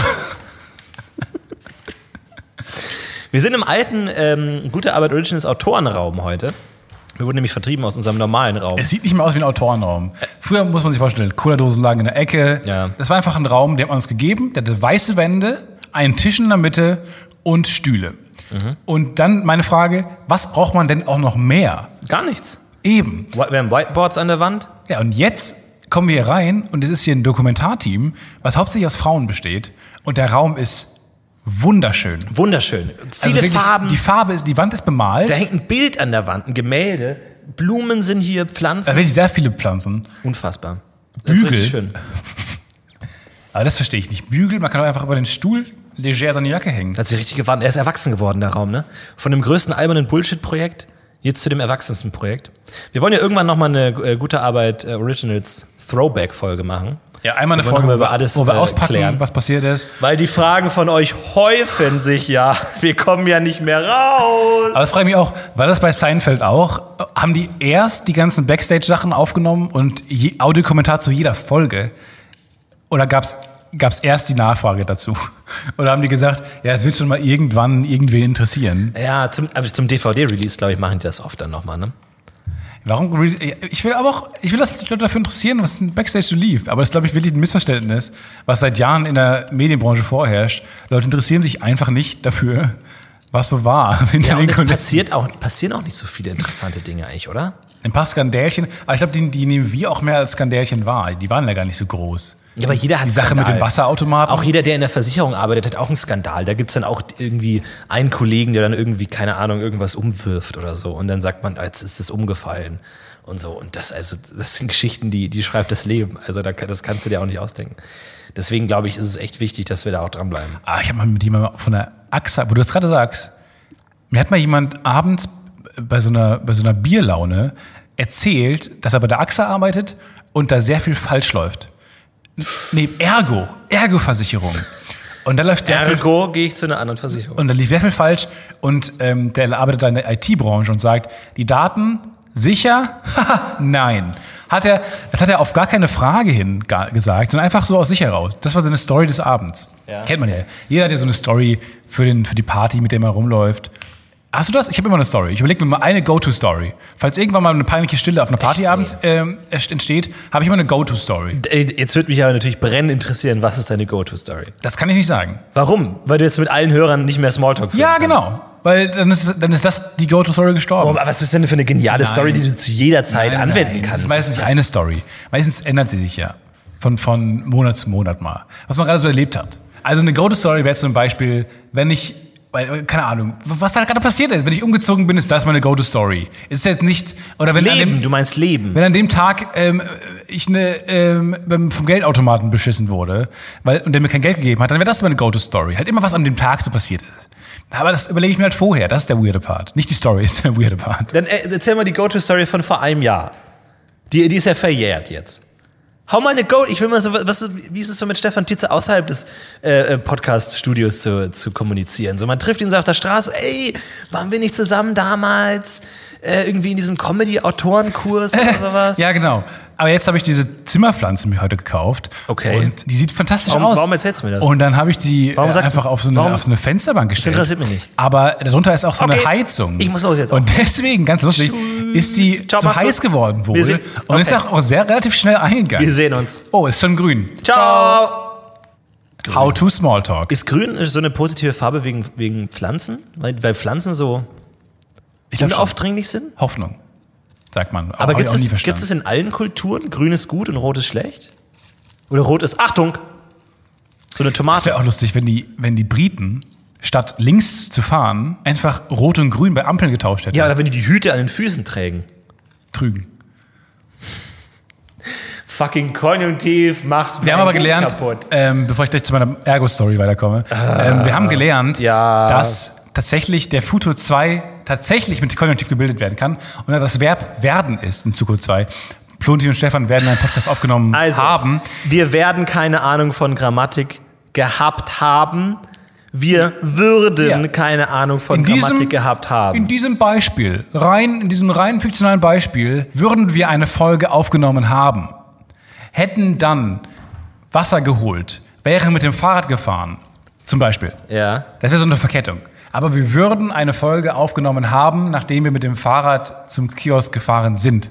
Wir sind im alten Gute Arbeit Originals Autorenraum heute. Wir wurden nämlich vertrieben aus unserem normalen Raum. Es sieht nicht mehr aus wie ein Autorenraum. Früher muss man sich vorstellen, Cola-Dosen lagen in der Ecke. Ja. Das war einfach ein Raum, den hat man uns gegeben. Der hatte weiße Wände, einen Tisch in der Mitte und Stühle. Und dann meine Frage, was braucht man denn auch noch mehr? Gar nichts. Eben. Wir haben Whiteboards an der Wand. Ja, und jetzt kommen wir hier rein und es ist hier ein Dokumentarteam, was hauptsächlich aus Frauen besteht. Und der Raum ist wunderschön. Wunderschön. Viele wirklich, Farben. Die Wand ist bemalt. Da hängt ein Bild an der Wand, ein Gemälde. Blumen sind hier, Pflanzen. Da wirklich sehr viele Pflanzen. Unfassbar. Das ist Bügel. richtig schön. Aber das verstehe ich nicht. Bügel, man kann doch einfach über den Stuhl leger seine Jacke hängen. Hat sich richtig gewarnt. Er ist erwachsen geworden, der Raum, ne? Von dem größten albernen Bullshit-Projekt jetzt zu dem erwachsensten Projekt. Wir wollen ja irgendwann nochmal eine Gute Arbeit Originals Throwback-Folge machen. Ja, einmal eine Wir wollen Folge, über alles, wo wir auspacken, klären. was passiert ist. Weil die Fragen von euch häufen sich ja. Wir kommen ja nicht mehr raus. Aber das frage ich mich auch, war das bei Seinfeld auch? Haben die erst die ganzen Backstage-Sachen aufgenommen und Audiokommentar zu jeder Folge? Oder gab's erst die Nachfrage dazu? Oder haben die gesagt, ja, es wird schon mal irgendwann irgendwen interessieren? Ja, zum DVD-Release, glaube ich, machen die das oft dann nochmal, ne? Warum? Ich will, dass die Leute dafür interessieren, was in Backstage so lief. Aber das ist, glaube ich, wirklich ein Missverständnis, was seit Jahren in der Medienbranche vorherrscht. Leute interessieren sich einfach nicht dafür, was so war. Ja, und es passieren auch nicht so viele interessante Dinge eigentlich, oder? Ein paar Skandälchen, aber ich glaube, die nehmen wir auch mehr als Skandälchen wahr. Die waren ja gar nicht so groß. Ja, aber jeder hat Die Sache Skandal. mit dem Wasserautomaten. Auch jeder, der in der Versicherung arbeitet, hat auch einen Skandal. Da gibt's dann auch irgendwie einen Kollegen, der dann irgendwie, keine Ahnung, irgendwas umwirft oder so. Und dann sagt man, jetzt ist es umgefallen und so. Und das sind Geschichten, die schreibt das Leben. Also das kannst du dir auch nicht ausdenken. Deswegen glaube ich, ist es echt wichtig, dass wir da auch dranbleiben. Ich habe mal mit jemandem von der AXA, wo du das gerade sagst, mir hat mal jemand abends bei so einer Bierlaune erzählt, dass er bei der AXA arbeitet und da sehr viel falsch läuft. Nee, Ergo-Versicherung. Und da läuft sehr viel. Ergo gehe ich zu einer anderen Versicherung. Und da lief sehr viel falsch. Und der arbeitet da in der IT-Branche und sagt, die Daten sicher? Nein. Das hat er auf gar keine Frage hin gesagt, sondern einfach so aus sich heraus. Das war seine Story des Abends. Ja. Kennt man ja. Jeder hat ja so eine Story für die Party, mit der man rumläuft. Hast du das? Ich habe immer eine Story. Ich überlege mir mal eine Go-To-Story. Falls irgendwann mal eine peinliche Stille auf einer Party abends entsteht, habe ich immer eine Go-To-Story. Jetzt würde mich aber natürlich brennend interessieren, was ist deine Go-To-Story? Das kann ich nicht sagen. Warum? Weil du jetzt mit allen Hörern nicht mehr Smalltalk führen Ja, kannst. genau. Weil dann ist das die Go-To-Story gestorben. Oh, aber was ist denn für eine geniale Story, die du zu jeder Zeit anwenden kannst? Das ist meistens nicht eine Story. Meistens ändert sie sich ja. Von Monat zu Monat mal. Was man gerade so erlebt hat. Also eine Go-To-Story wäre zum Beispiel, wenn ich, keine Ahnung, was da gerade passiert ist. Wenn ich umgezogen bin, ist das meine Go-To-Story. Ist jetzt nicht, oder wenn du meinst Leben. Wenn an dem Tag ich vom Geldautomaten beschissen wurde, und der mir kein Geld gegeben hat, dann wäre das meine Go-To-Story. Halt immer, was an dem Tag so passiert ist. Aber das überlege ich mir halt vorher. Das ist der weirde Part. Nicht die Story ist der weirde Part. Dann erzähl mal die Go-To-Story von vor einem Jahr. Die ist ja verjährt jetzt. Hau mal eine Go. Ich will mal so, wie ist es so mit Stefan Tietze außerhalb des Podcast-Studios zu kommunizieren? So, man trifft ihn so auf der Straße, ey, waren wir nicht zusammen damals irgendwie in diesem Comedy-Autorenkurs oder sowas? Ja, genau. Aber jetzt habe ich diese Zimmerpflanze mir heute gekauft. Okay. Und die sieht fantastisch aus. Warum erzählst du mir das? Und dann habe ich die einfach auf so eine Fensterbank gestellt. Das interessiert mich nicht. Aber darunter ist auch so Okay. eine Heizung. Ich muss los jetzt. Und deswegen, ganz lustig, ist die Ciao, zu mach's heiß gut. geworden wohl. Wir sehen- Und ist okay. auch sehr relativ schnell eingegangen. Wir sehen uns. Oh, ist schon grün. Ciao. How to Smalltalk. Ist grün so eine positive Farbe wegen Pflanzen? Weil Pflanzen so Ich glaub schon. unaufdringlich sind? Hoffnung, sagt man. Aber Hab ich gibt auch nie es verstanden. in allen Kulturen? Grün ist gut und rot ist schlecht? Oder rot ist, Achtung, so eine Es Tomate. wäre auch lustig, wenn die Briten statt links zu fahren einfach rot und grün bei Ampeln getauscht hätten. Ja, oder wenn die Hüte an den Füßen trägen. Trügen. Fucking Konjunktiv macht Wir haben mein aber Buch gelernt, kaputt. bevor ich gleich zu meiner Ergo-Story weiterkomme, wir haben gelernt, ja. dass tatsächlich der Futur 2 tatsächlich mit Konjunktiv gebildet werden kann und da das Verb werden ist in Zukunft 2. Florentin und Stefan werden einen Podcast aufgenommen haben. Wir werden keine Ahnung von Grammatik gehabt haben. Wir würden keine Ahnung von Grammatik gehabt haben. In diesem Beispiel, in diesem rein fiktionalen Beispiel, würden wir eine Folge aufgenommen haben, hätten dann Wasser geholt, wären mit dem Fahrrad gefahren, zum Beispiel. Ja. Das wäre so eine Verkettung. Aber wir würden eine Folge aufgenommen haben, nachdem wir mit dem Fahrrad zum Kiosk gefahren sind.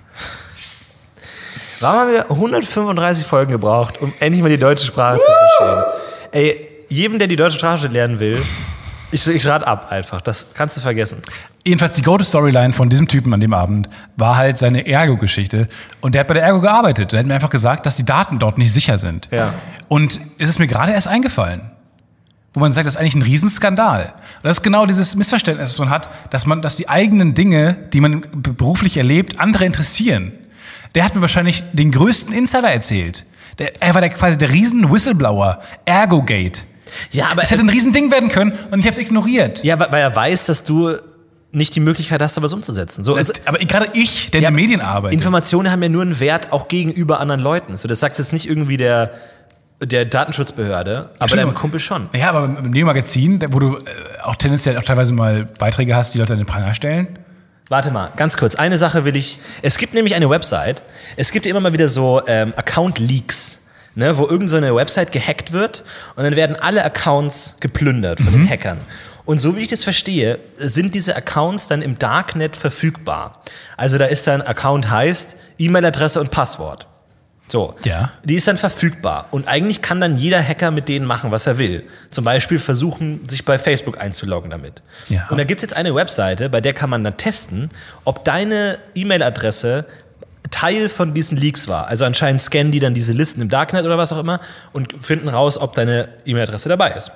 Warum haben wir 135 Folgen gebraucht, um endlich mal die deutsche Sprache zu verstehen? Ey, jedem, der die deutsche Sprache lernen will, ich rate ab einfach. Das kannst du vergessen. Jedenfalls die Go-To-Storyline von diesem Typen an dem Abend war halt seine Ergo-Geschichte. Und der hat bei der Ergo gearbeitet. Der hat mir einfach gesagt, dass die Daten dort nicht sicher sind. Ja. Und es ist mir gerade erst eingefallen, wo man sagt, das ist eigentlich ein Riesenskandal. Und das ist genau dieses Missverständnis, das man hat, dass die eigenen Dinge, die man beruflich erlebt, andere interessieren. Der hat mir wahrscheinlich den größten Insider erzählt. Er war quasi der Riesen-Whistleblower. Ergogate. Ja, aber es hätte ein Riesending werden können und ich habe es ignoriert. Ja, weil er weiß, dass du nicht die Möglichkeit hast, da was umzusetzen. So, aber gerade ich, der in den Medien arbeitet. Informationen haben ja nur einen Wert auch gegenüber anderen Leuten. So, das sagt jetzt nicht irgendwie der Datenschutzbehörde, aber deinem Kumpel schon. Ja, aber im Neo-Magazin, wo du auch tendenziell auch teilweise mal Beiträge hast, die Leute an den Pranger stellen. Warte mal, ganz kurz. Eine Sache will ich. Es gibt nämlich eine Website. Es gibt immer mal wieder so Account-Leaks, ne, wo irgend so eine Website gehackt wird und dann werden alle Accounts geplündert von den Hackern. Und so wie ich das verstehe, sind diese Accounts dann im Darknet verfügbar. Also da ist dann Account heißt E-Mail-Adresse und Passwort. So, ja. Die ist dann verfügbar. Und eigentlich kann dann jeder Hacker mit denen machen, was er will. Zum Beispiel versuchen, sich bei Facebook einzuloggen damit. Ja. Und da gibt es jetzt eine Webseite, bei der kann man dann testen, ob deine E-Mail-Adresse Teil von diesen Leaks war. Also anscheinend scannen die dann diese Listen im Darknet oder was auch immer und finden raus, ob deine E-Mail-Adresse dabei ist.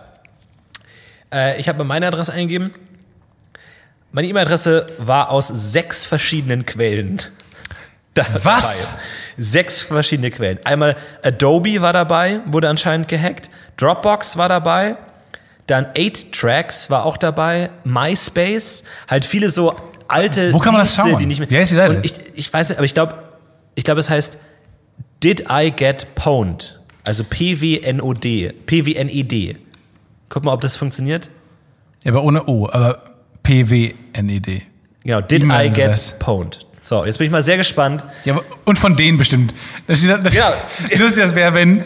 Ich habe meine Adresse eingegeben. Meine E-Mail-Adresse war aus 6 verschiedenen Quellen dabei. Was? 6 verschiedene Quellen. Einmal Adobe war dabei, wurde anscheinend gehackt. Dropbox war dabei. Dann 8Tracks war auch dabei. MySpace. Halt viele so alte Wo kann man das schauen? Die nicht mehr. Wie heißt die Seite? Und ich weiß nicht, aber ich glaube, es heißt Did I Get Pwned? Also PWNOD. PWNED. Guck mal, ob das funktioniert. Ja, aber ohne O, aber PWNED. Genau, Did I Get Pwned? So, jetzt bin ich mal sehr gespannt. Ja, aber, und von denen bestimmt. Genau. Lustig, das wäre, wenn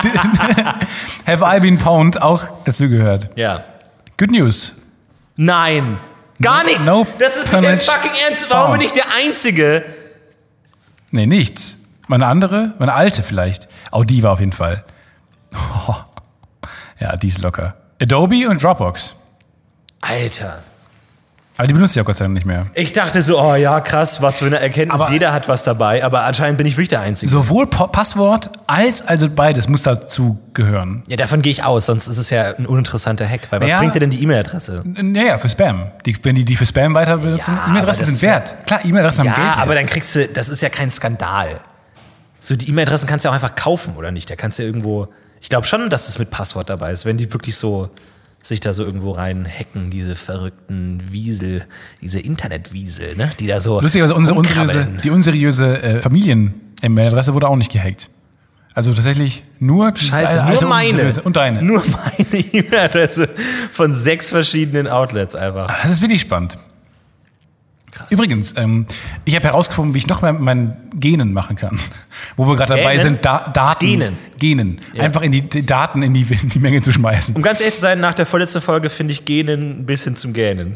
Have I Been Pwned auch dazu gehört. Ja. Good News. Nein. Gar nichts. Nope. Das ist nicht der fucking Ernst. Warum bin ich der Einzige? Nee, nichts. Meine alte vielleicht. Oh, die war auf jeden Fall. Oh. Ja, die ist locker. Adobe und Dropbox. Alter. Aber die benutze ich auch Gott sei Dank nicht mehr. Ich dachte so, oh ja, krass, was für eine Erkenntnis. Aber jeder hat was dabei, aber anscheinend bin ich wirklich der Einzige. Sowohl Passwort also beides muss dazu gehören. Ja, davon gehe ich aus, sonst ist es ja ein uninteressanter Hack. Weil was bringt dir denn die E-Mail-Adresse? Ja, für Spam. Wenn die für Spam weiter benutzen, E-Mail-Adressen sind wert. Klar, E-Mail-Adressen haben Geld. Ja, aber dann kriegst du, das ist ja kein Skandal. So, die E-Mail-Adressen kannst du ja auch einfach kaufen, oder nicht? Da kannst du ja irgendwo, ich glaube schon, dass das mit Passwort dabei ist, wenn die wirklich so sich da so irgendwo rein hacken, diese verrückten Wiesel, diese Internetwiesel, ne? Die da so lustigerweise die unseriöse Familien-Mail-Adresse wurde auch nicht gehackt. Also tatsächlich nur nur meine. Und deine. Nur meine E-Mail-Adresse von 6 verschiedenen Outlets einfach. Das ist wirklich spannend. Krass. Übrigens, ich habe herausgefunden, wie ich noch mehr mit meinen Genen machen kann. Wo wir gerade dabei sind, Daten. Genen. Ja. Einfach in die Daten in die Menge zu schmeißen. Um ganz ehrlich zu sein, nach der vorletzten Folge finde ich Genen ein bisschen zum Gähnen.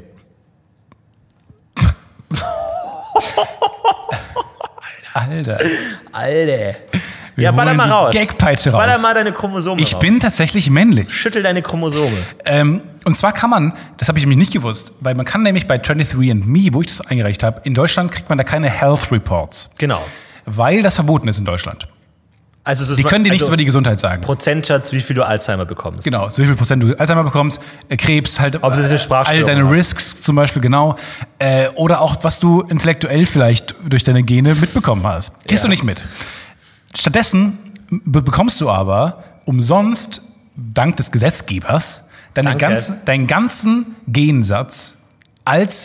Alter. Ja, baller mal raus. Gagpeitsche raus. Baller mal deine Chromosome raus. Ich bin tatsächlich männlich. Schüttel deine Chromosome. Und zwar kann man, das habe ich nämlich nicht gewusst, weil man kann nämlich bei 23andMe, wo ich das eingereicht habe, in Deutschland kriegt man da keine Health Reports. Genau. Weil das verboten ist in Deutschland. Also die können dir nichts über die Gesundheit sagen. Prozentsatz, wie viel du Alzheimer bekommst. Genau, so wie viel Prozent du Alzheimer bekommst, Krebs, halt ob das all deine Risks zum Beispiel, genau. Oder auch, was du intellektuell vielleicht durch deine Gene mitbekommen hast. Kriegst du nicht mit. Stattdessen bekommst du aber umsonst, dank des Gesetzgebers, deinen ganzen Gensatz als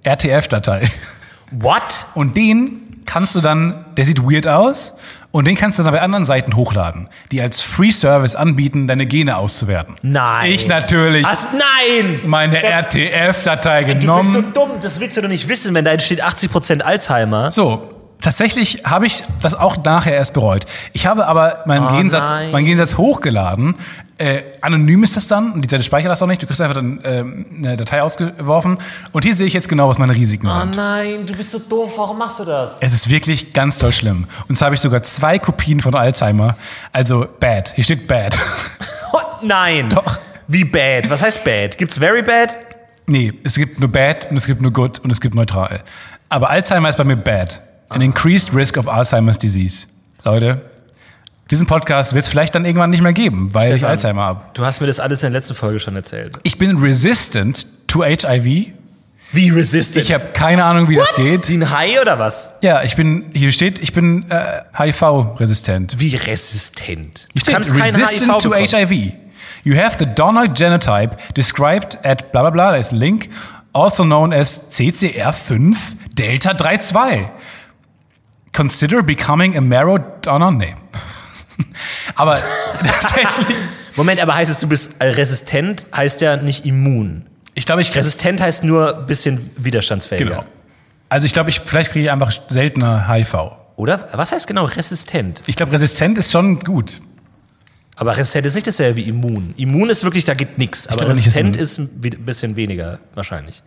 RTF-Datei. What? Und den kannst du dann, der sieht weird aus, und den kannst du dann bei anderen Seiten hochladen, die als Free Service anbieten, deine Gene auszuwerten. Nein. Ich natürlich Nein! meine RTF-Datei genommen. Du bist so dumm, das willst du doch nicht wissen, wenn da steht 80% Alzheimer. So, tatsächlich habe ich das auch nachher erst bereut. Ich habe aber meinen Gensatz hochgeladen. Anonym ist das dann, und die Seite speichert das auch nicht. Du kriegst einfach dann eine Datei ausgeworfen. Und hier sehe ich jetzt genau, was meine Risiken sind. Oh nein, du bist so doof, warum machst du das? Es ist wirklich ganz toll schlimm. Und zwar habe ich sogar 2 Kopien von Alzheimer. Also bad. Hier steht bad. Oh, nein. Doch. Wie bad? Was heißt bad? Gibt's very bad? Nee, es gibt nur bad und es gibt nur good und es gibt neutral. Aber Alzheimer ist bei mir bad. An increased risk of Alzheimer's disease. Leute, diesen Podcast wird es vielleicht dann irgendwann nicht mehr geben, weil ich Stefan, Alzheimer habe. Du hast mir das alles in der letzten Folge schon erzählt. Ich bin resistant to HIV. Wie resistant? Ich habe keine Ahnung, wie das geht. Wie ein Hai oder was? Ja, hier steht, ich bin HIV-resistent. Wie resistent? Hier steht, kannst kein resistant HIV to bekommen. HIV. You have the donor genotype described at bla bla bla, da ist ein Link, also known as CCR5 Delta 32. Consider becoming a marrow donor? Nee. Aber tatsächlich. Moment, aber heißt es, du bist resistent, heißt ja nicht immun. Ich glaube, Resistent heißt nur ein bisschen widerstandsfähiger. Genau. Also ich glaube, vielleicht kriege ich einfach seltener HIV. Oder? Was heißt genau resistent? Ich glaube, resistent ist schon gut. Aber resistent ist nicht dasselbe wie immun. Immun ist wirklich, da geht nichts. Aber glaube nicht, resistent ist ein bisschen weniger wahrscheinlich.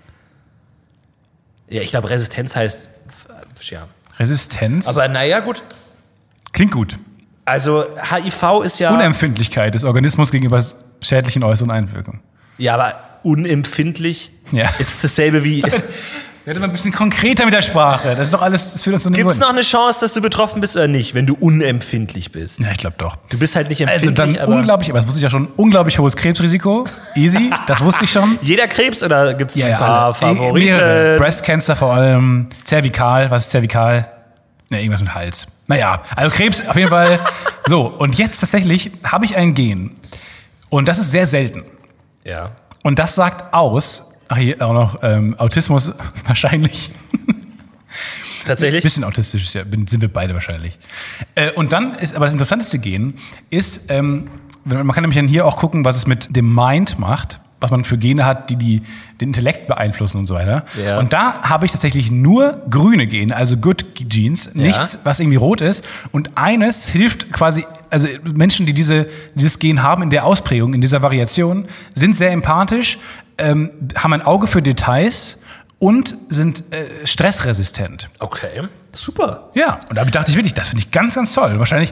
Ja, ich glaube, Resistenz heißt, ja. Resistenz? Aber naja, gut. Klingt gut. Also HIV ist ja... Unempfindlichkeit des Organismus gegenüber schädlichen äußeren Einwirkungen. Ja, aber unempfindlich Ja. ist dasselbe wie... Werdet mal ein bisschen konkreter mit der Sprache. Das ist doch alles, das führt uns so Gibt es noch eine Chance, dass du betroffen bist oder nicht, wenn du unempfindlich bist? Ja, ich glaube doch. Du bist halt nicht Also empfindlich, dann unglaublich, aber das wusste ich ja schon, unglaublich hohes Krebsrisiko. Easy, das wusste ich schon. Jeder Krebs oder gibt es ein paar alle. Favoriten? Mehrere. Breast Cancer vor allem, Zervikal, was ist Zervikal? Ne, irgendwas mit Hals. Naja, also Krebs auf jeden Fall. So, und jetzt tatsächlich habe ich ein Gen. Und das ist sehr selten. Ja. Und das sagt aus, ach hier auch noch Autismus wahrscheinlich. Tatsächlich? Bisschen autistisch sind wir beide wahrscheinlich. Und dann ist aber das interessanteste Gen ist, man kann nämlich dann hier auch gucken, was es mit dem Mind macht, was man für Gene hat, die den Intellekt beeinflussen und so weiter. Ja. Und da habe ich tatsächlich nur grüne Gene, also Good Genes, nichts, was irgendwie rot ist. Und eines hilft quasi, also Menschen, die dieses Gen haben in der Ausprägung, in dieser Variation, sind sehr empathisch, haben ein Auge für Details und sind stressresistent. Okay, super. Ja, und da dachte ich wirklich, das finde ich ganz, ganz toll. Wahrscheinlich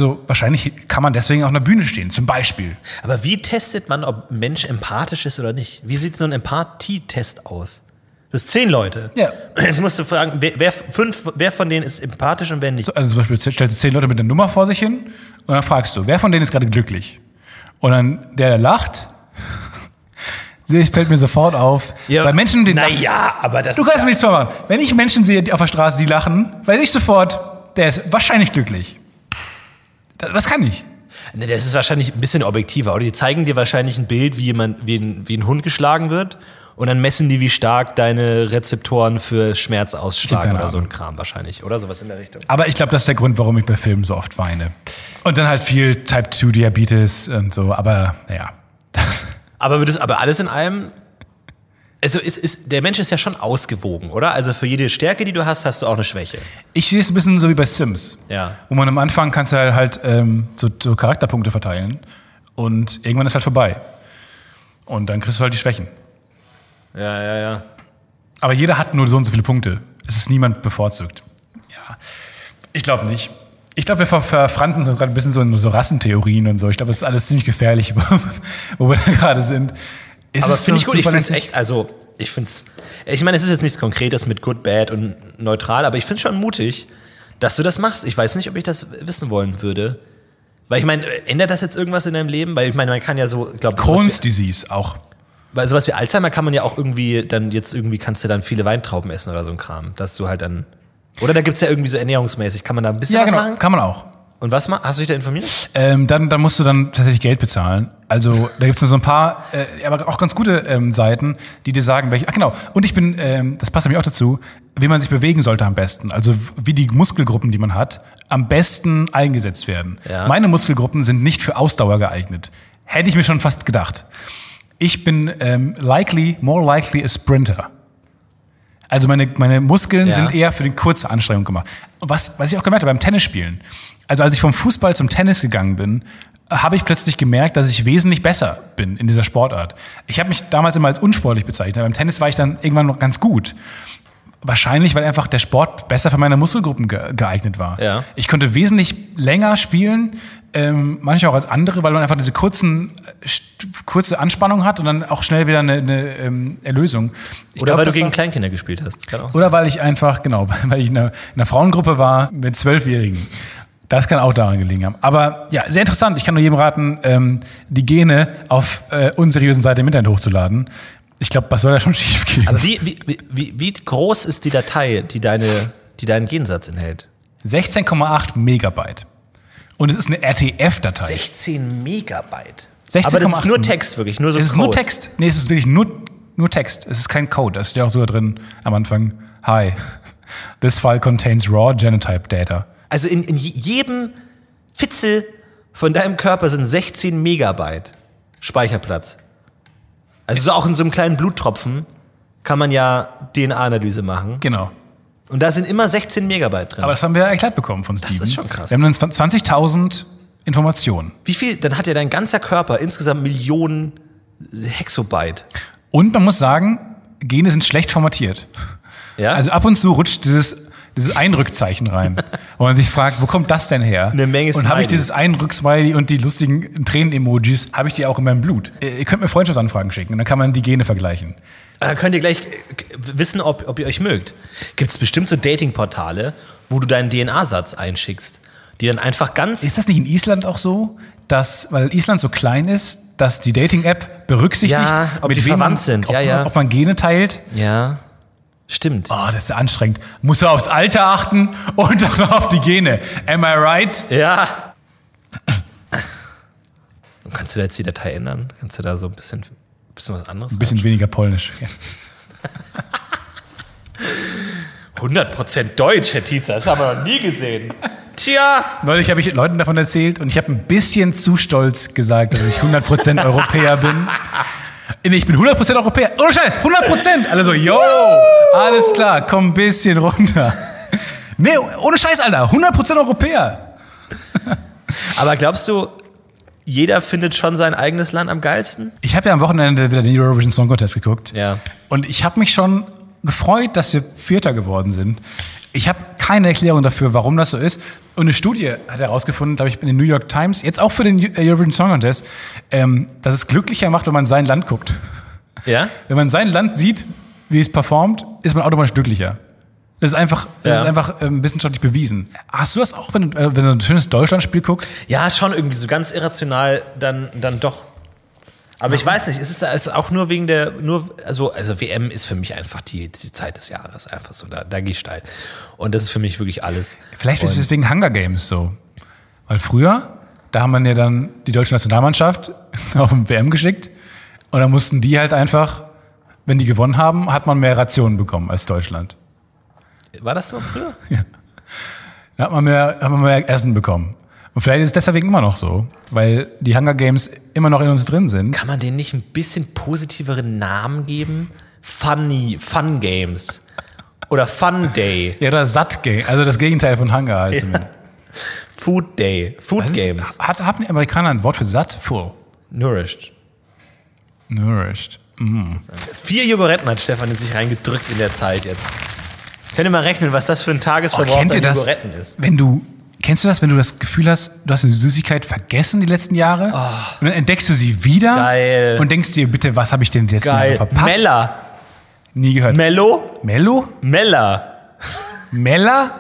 kann man deswegen auf einer Bühne stehen, zum Beispiel. Aber wie testet man, ob ein Mensch empathisch ist oder nicht? Wie sieht so ein Empathietest aus? Du hast 10 Leute. Ja. Jetzt musst du fragen, wer von denen ist empathisch und wer nicht? Also zum Beispiel stellst du 10 Leute mit einer Nummer vor sich hin und dann fragst du, wer von denen ist gerade glücklich? Und dann der lacht, fällt mir sofort auf. Ja, bei Menschen, die naja, aber das Du kannst mir nichts vormachen. Wenn ich Menschen sehe auf der Straße, die lachen, weiß ich sofort, der ist wahrscheinlich glücklich. Das kann ich. Ne, das ist wahrscheinlich ein bisschen objektiver. Oder die zeigen dir wahrscheinlich ein Bild, wie ein Hund geschlagen wird. Und dann messen die, wie stark deine Rezeptoren für Schmerz ausschlagen oder so ein Kram wahrscheinlich. Oder sowas in der Richtung. Aber ich glaube, das ist der Grund, warum ich bei Filmen so oft weine. Und dann halt viel Type-2-Diabetes und so. Aber naja. Aber alles in allem, also der Mensch ist ja schon ausgewogen, oder? Also für jede Stärke, die du hast, hast du auch eine Schwäche. Ich sehe es ein bisschen so wie bei Sims. Ja. Wo man am Anfang kannst du halt so Charakterpunkte verteilen und irgendwann ist halt vorbei. Und dann kriegst du halt die Schwächen. Ja. Aber jeder hat nur so und so viele Punkte. Es ist niemand bevorzugt. Ja, ich glaube nicht. Ich glaube, wir verfranzen so gerade ein bisschen so Rassentheorien und so. Ich glaube, das ist alles ziemlich gefährlich, wo wir da gerade sind. Aber finde ich gut. Ich finde es echt, also ich meine, es ist jetzt nichts Konkretes mit Good, Bad und Neutral, aber ich finde es schon mutig, dass du das machst. Ich weiß nicht, ob ich das wissen wollen würde. Weil ich meine, ändert das jetzt irgendwas in deinem Leben? Weil ich meine, man kann ja so, glaube ich... Crohn's Disease auch. Weil sowas wie Alzheimer kann man ja auch kannst du dann viele Weintrauben essen oder so ein Kram. Dass du halt dann... Oder da gibt es ja irgendwie so ernährungsmäßig. Kann man da ein bisschen was machen? Kann man auch. Und was hast du dich da informiert? Dann musst du dann tatsächlich Geld bezahlen. Also da gibt es so ein paar, aber auch ganz gute Seiten, die dir sagen, welche. Ach genau. Und ich bin, das passt nämlich auch dazu, wie man sich bewegen sollte am besten. Also wie die Muskelgruppen, die man hat, am besten eingesetzt werden. Ja. Meine Muskelgruppen sind nicht für Ausdauer geeignet. Hätte ich mir schon fast gedacht. Ich bin more likely a Sprinter. Also meine Muskeln sind eher für die kurze Anstrengung gemacht. Was ich auch gemerkt habe beim Tennisspielen. Also als ich vom Fußball zum Tennis gegangen bin, habe ich plötzlich gemerkt, dass ich wesentlich besser bin in dieser Sportart. Ich habe mich damals immer als unsportlich bezeichnet. Beim Tennis war ich dann irgendwann noch ganz gut. Wahrscheinlich, weil einfach der Sport besser für meine Muskelgruppen geeignet war. Ja. Ich konnte wesentlich länger spielen, manchmal auch als andere, weil man einfach diese kurze Anspannung hat und dann auch schnell wieder eine Erlösung. Oder weil du gegen Kleinkinder gespielt hast. Kann auch oder weil ich einfach, weil ich in einer Frauengruppe war mit 12-Jährigen. Das kann auch daran gelegen haben. Aber ja, sehr interessant. Ich kann nur jedem raten, die Gene auf unseriösen Seiten im Internet hochzuladen. Ich glaube, was soll da schon schief gehen? Aber wie groß ist die Datei, die deinen Gensatz enthält? 16,8 Megabyte. Und es ist eine RTF-Datei. 16 Megabyte? 16,8. Aber das ist nur Text, wirklich, nur so Es ist Code. nur Text. Nee, es ist wirklich nur Text. Es ist kein Code. Da steht auch so drin am Anfang. Hi, this file contains raw genotype data. Also in jedem Fitzel von deinem Körper sind 16 Megabyte Speicherplatz. Also so auch in so einem kleinen Bluttropfen kann man ja DNA-Analyse machen. Genau. Und da sind immer 16 Megabyte drin. Aber das haben wir erklärt bekommen von Steven. Das ist schon krass. Wir haben dann 20.000 Informationen. Wie viel? Dann hat ja dein ganzer Körper insgesamt Millionen Hexobyte. Und man muss sagen, Gene sind schlecht formatiert. Ja? Also ab und zu rutscht dieses Einrückzeichen rein. Wo man sich fragt, wo kommt das denn her? Eine Menge Und habe ich dieses Einrück-Smiley und die lustigen Tränen-Emojis, habe ich die auch in meinem Blut? Ihr könnt mir Freundschaftsanfragen schicken und dann kann man die Gene vergleichen. Dann könnt ihr gleich wissen, ob ihr euch mögt. Gibt es bestimmt so Dating-Portale, wo du deinen DNA-Satz einschickst, die dann einfach ganz... Ist das nicht in Island auch so, dass, weil Island so klein ist, dass die Dating-App berücksichtigt, ja, ob die verwandt sind, ob man Gene teilt? Ja, stimmt. Oh, das ist ja anstrengend. Muss er aufs Alter achten und auch noch auf die Gene. Am I right? Ja. Und kannst du da jetzt die Datei ändern? Kannst du da so ein bisschen was anderes? Ein bisschen weniger polnisch. 100% Deutsch, Herr Tietzer. Das haben wir noch nie gesehen. Tja. Neulich habe ich Leuten davon erzählt und ich habe ein bisschen zu stolz gesagt, dass ich 100% Europäer bin. Ich bin 100% Europäer. Ohne Scheiß, 100%. Alle so, yo, alles klar, komm ein bisschen runter. Nee, ohne Scheiß, Alter, 100% Europäer. Aber glaubst du, jeder findet schon sein eigenes Land am geilsten? Ich habe ja am Wochenende wieder den Eurovision Song Contest geguckt. Ja. Und ich habe mich schon gefreut, dass wir Vierter geworden sind. Ich habe keine Erklärung dafür, warum das so ist. Und eine Studie hat herausgefunden, glaube ich, in den New York Times, jetzt auch für den Eurovision Song Contest, dass es glücklicher macht, wenn man sein Land guckt. Ja? Wenn man sein Land sieht, wie es performt, ist man automatisch glücklicher. Das ist einfach wissenschaftlich bewiesen. Hast du das auch, wenn du ein schönes Deutschlandspiel guckst? Ja, schon irgendwie so ganz irrational dann doch. Aber ich weiß nicht, ist es auch nur wegen also WM ist für mich einfach die Zeit des Jahres, einfach so, da gehe ich steil. Und das ist für mich wirklich alles. Vielleicht ist es wegen Hunger Games so. Weil früher, da haben man ja dann die deutsche Nationalmannschaft auf den WM geschickt und dann mussten die halt einfach, wenn die gewonnen haben, hat man mehr Rationen bekommen als Deutschland. War das so früher? Ja. Da hat man mehr Essen bekommen. Und vielleicht ist es deswegen immer noch so, weil die Hunger Games immer noch in uns drin sind. Kann man denen nicht ein bisschen positiveren Namen geben? Fun Games. Oder Fun Day. Ja, oder Satt Game. Also das Gegenteil von Hunger. Also ja. Food Day. Food Games. Haben die Amerikaner ein Wort für satt? Full. Nourished. Mm. 4 Jogoretten hat Stefan in sich reingedrückt in der Zeit jetzt. Könnt ihr mal rechnen, was das für ein Tagesverbrauch an Jogoretten ist. Kennst du das, wenn du das Gefühl hast, du hast eine Süßigkeit vergessen die letzten Jahre und dann entdeckst du sie wieder Geil. Und denkst dir, bitte, was habe ich denn die letzten Jahre verpasst? Mella. Nie gehört. Mello? Mello? Mella. Mella?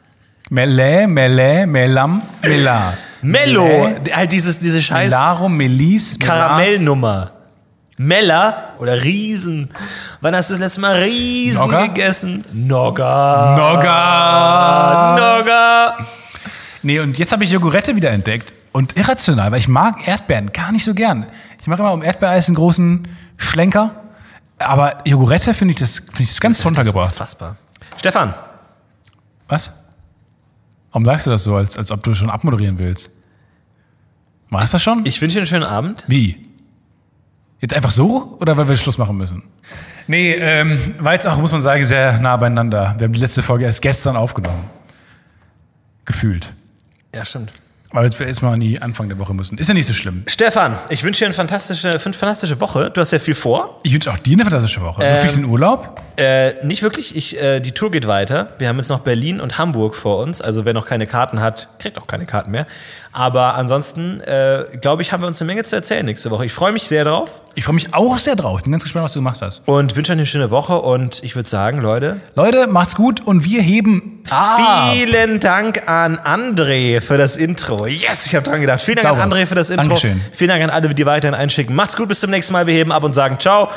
Mellam, Mella. Mello, halt diese scheiß Melarum, Melis, Karamellnummer. Mella oder Riesen. Wann hast du das letzte Mal Riesen gegessen? Nogga. Nee, und jetzt habe ich Jogurette wieder entdeckt. Und irrational, weil ich mag Erdbeeren gar nicht so gern. Ich mache immer um Erdbeereis einen großen Schlenker. Aber Jogurette finde ich das ganz runtergebracht. Unfassbar. Stefan. Was? Warum sagst du das so, als ob du schon abmoderieren willst? War's das schon? Ich wünsche dir einen schönen Abend. Wie? Jetzt einfach so? Oder weil wir Schluss machen müssen? Nee, war jetzt auch, muss man sagen, sehr nah beieinander. Wir haben die letzte Folge erst gestern aufgenommen. Gefühlt. Ja, stimmt. Weil wir jetzt mal an die Anfang der Woche müssen. Ist ja nicht so schlimm. Stefan, ich wünsche dir eine fantastische Woche. Du hast ja viel vor. Ich wünsche auch dir eine fantastische Woche. Du fliegst in Urlaub? Nicht wirklich. Die Tour geht weiter. Wir haben jetzt noch Berlin und Hamburg vor uns. Also wer noch keine Karten hat, kriegt auch keine Karten mehr. Aber ansonsten, glaube ich, haben wir uns eine Menge zu erzählen nächste Woche. Ich freue mich sehr drauf. Ich freue mich auch sehr drauf. Ich bin ganz gespannt, was du gemacht hast. Und wünsche euch eine schöne Woche. Und ich würde sagen, Leute, macht's gut und wir heben Vielen Dank an André für das Intro. Yes, ich habe dran gedacht. Vielen Dank an André für das Intro. Dankeschön. Vielen Dank an alle, die weiterhin einschicken. Macht's gut, bis zum nächsten Mal. Wir heben ab und sagen ciao.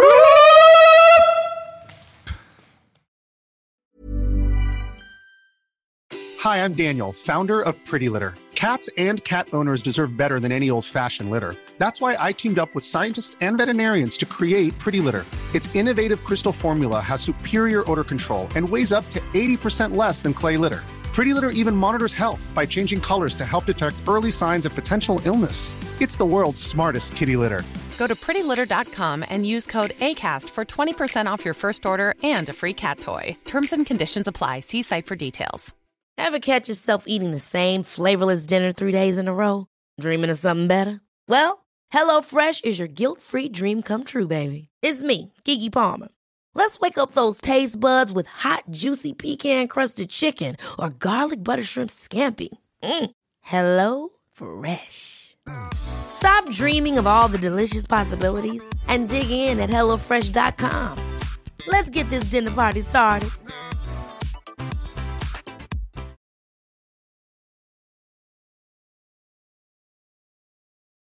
Hi, I'm Daniel, founder of Pretty Litter. Cats and cat owners deserve better than any old-fashioned litter. That's why I teamed up with scientists and veterinarians to create Pretty Litter. Its innovative crystal formula has superior odor control and weighs up to 80% less than clay litter. Pretty Litter even monitors health by changing colors to help detect early signs of potential illness. It's the world's smartest kitty litter. Go to prettylitter.com and use code ACAST for 20% off your first order and a free cat toy. Terms and conditions apply. See site for details. Ever catch yourself eating the same flavorless dinner 3 days in a row? Dreaming of something better? Well, HelloFresh is your guilt-free dream come true, baby. It's me, Keke Palmer. Let's wake up those taste buds with hot, juicy pecan-crusted chicken or garlic butter shrimp scampi. Hello Fresh. Stop dreaming of all the delicious possibilities and dig in at HelloFresh.com. Let's get this dinner party started.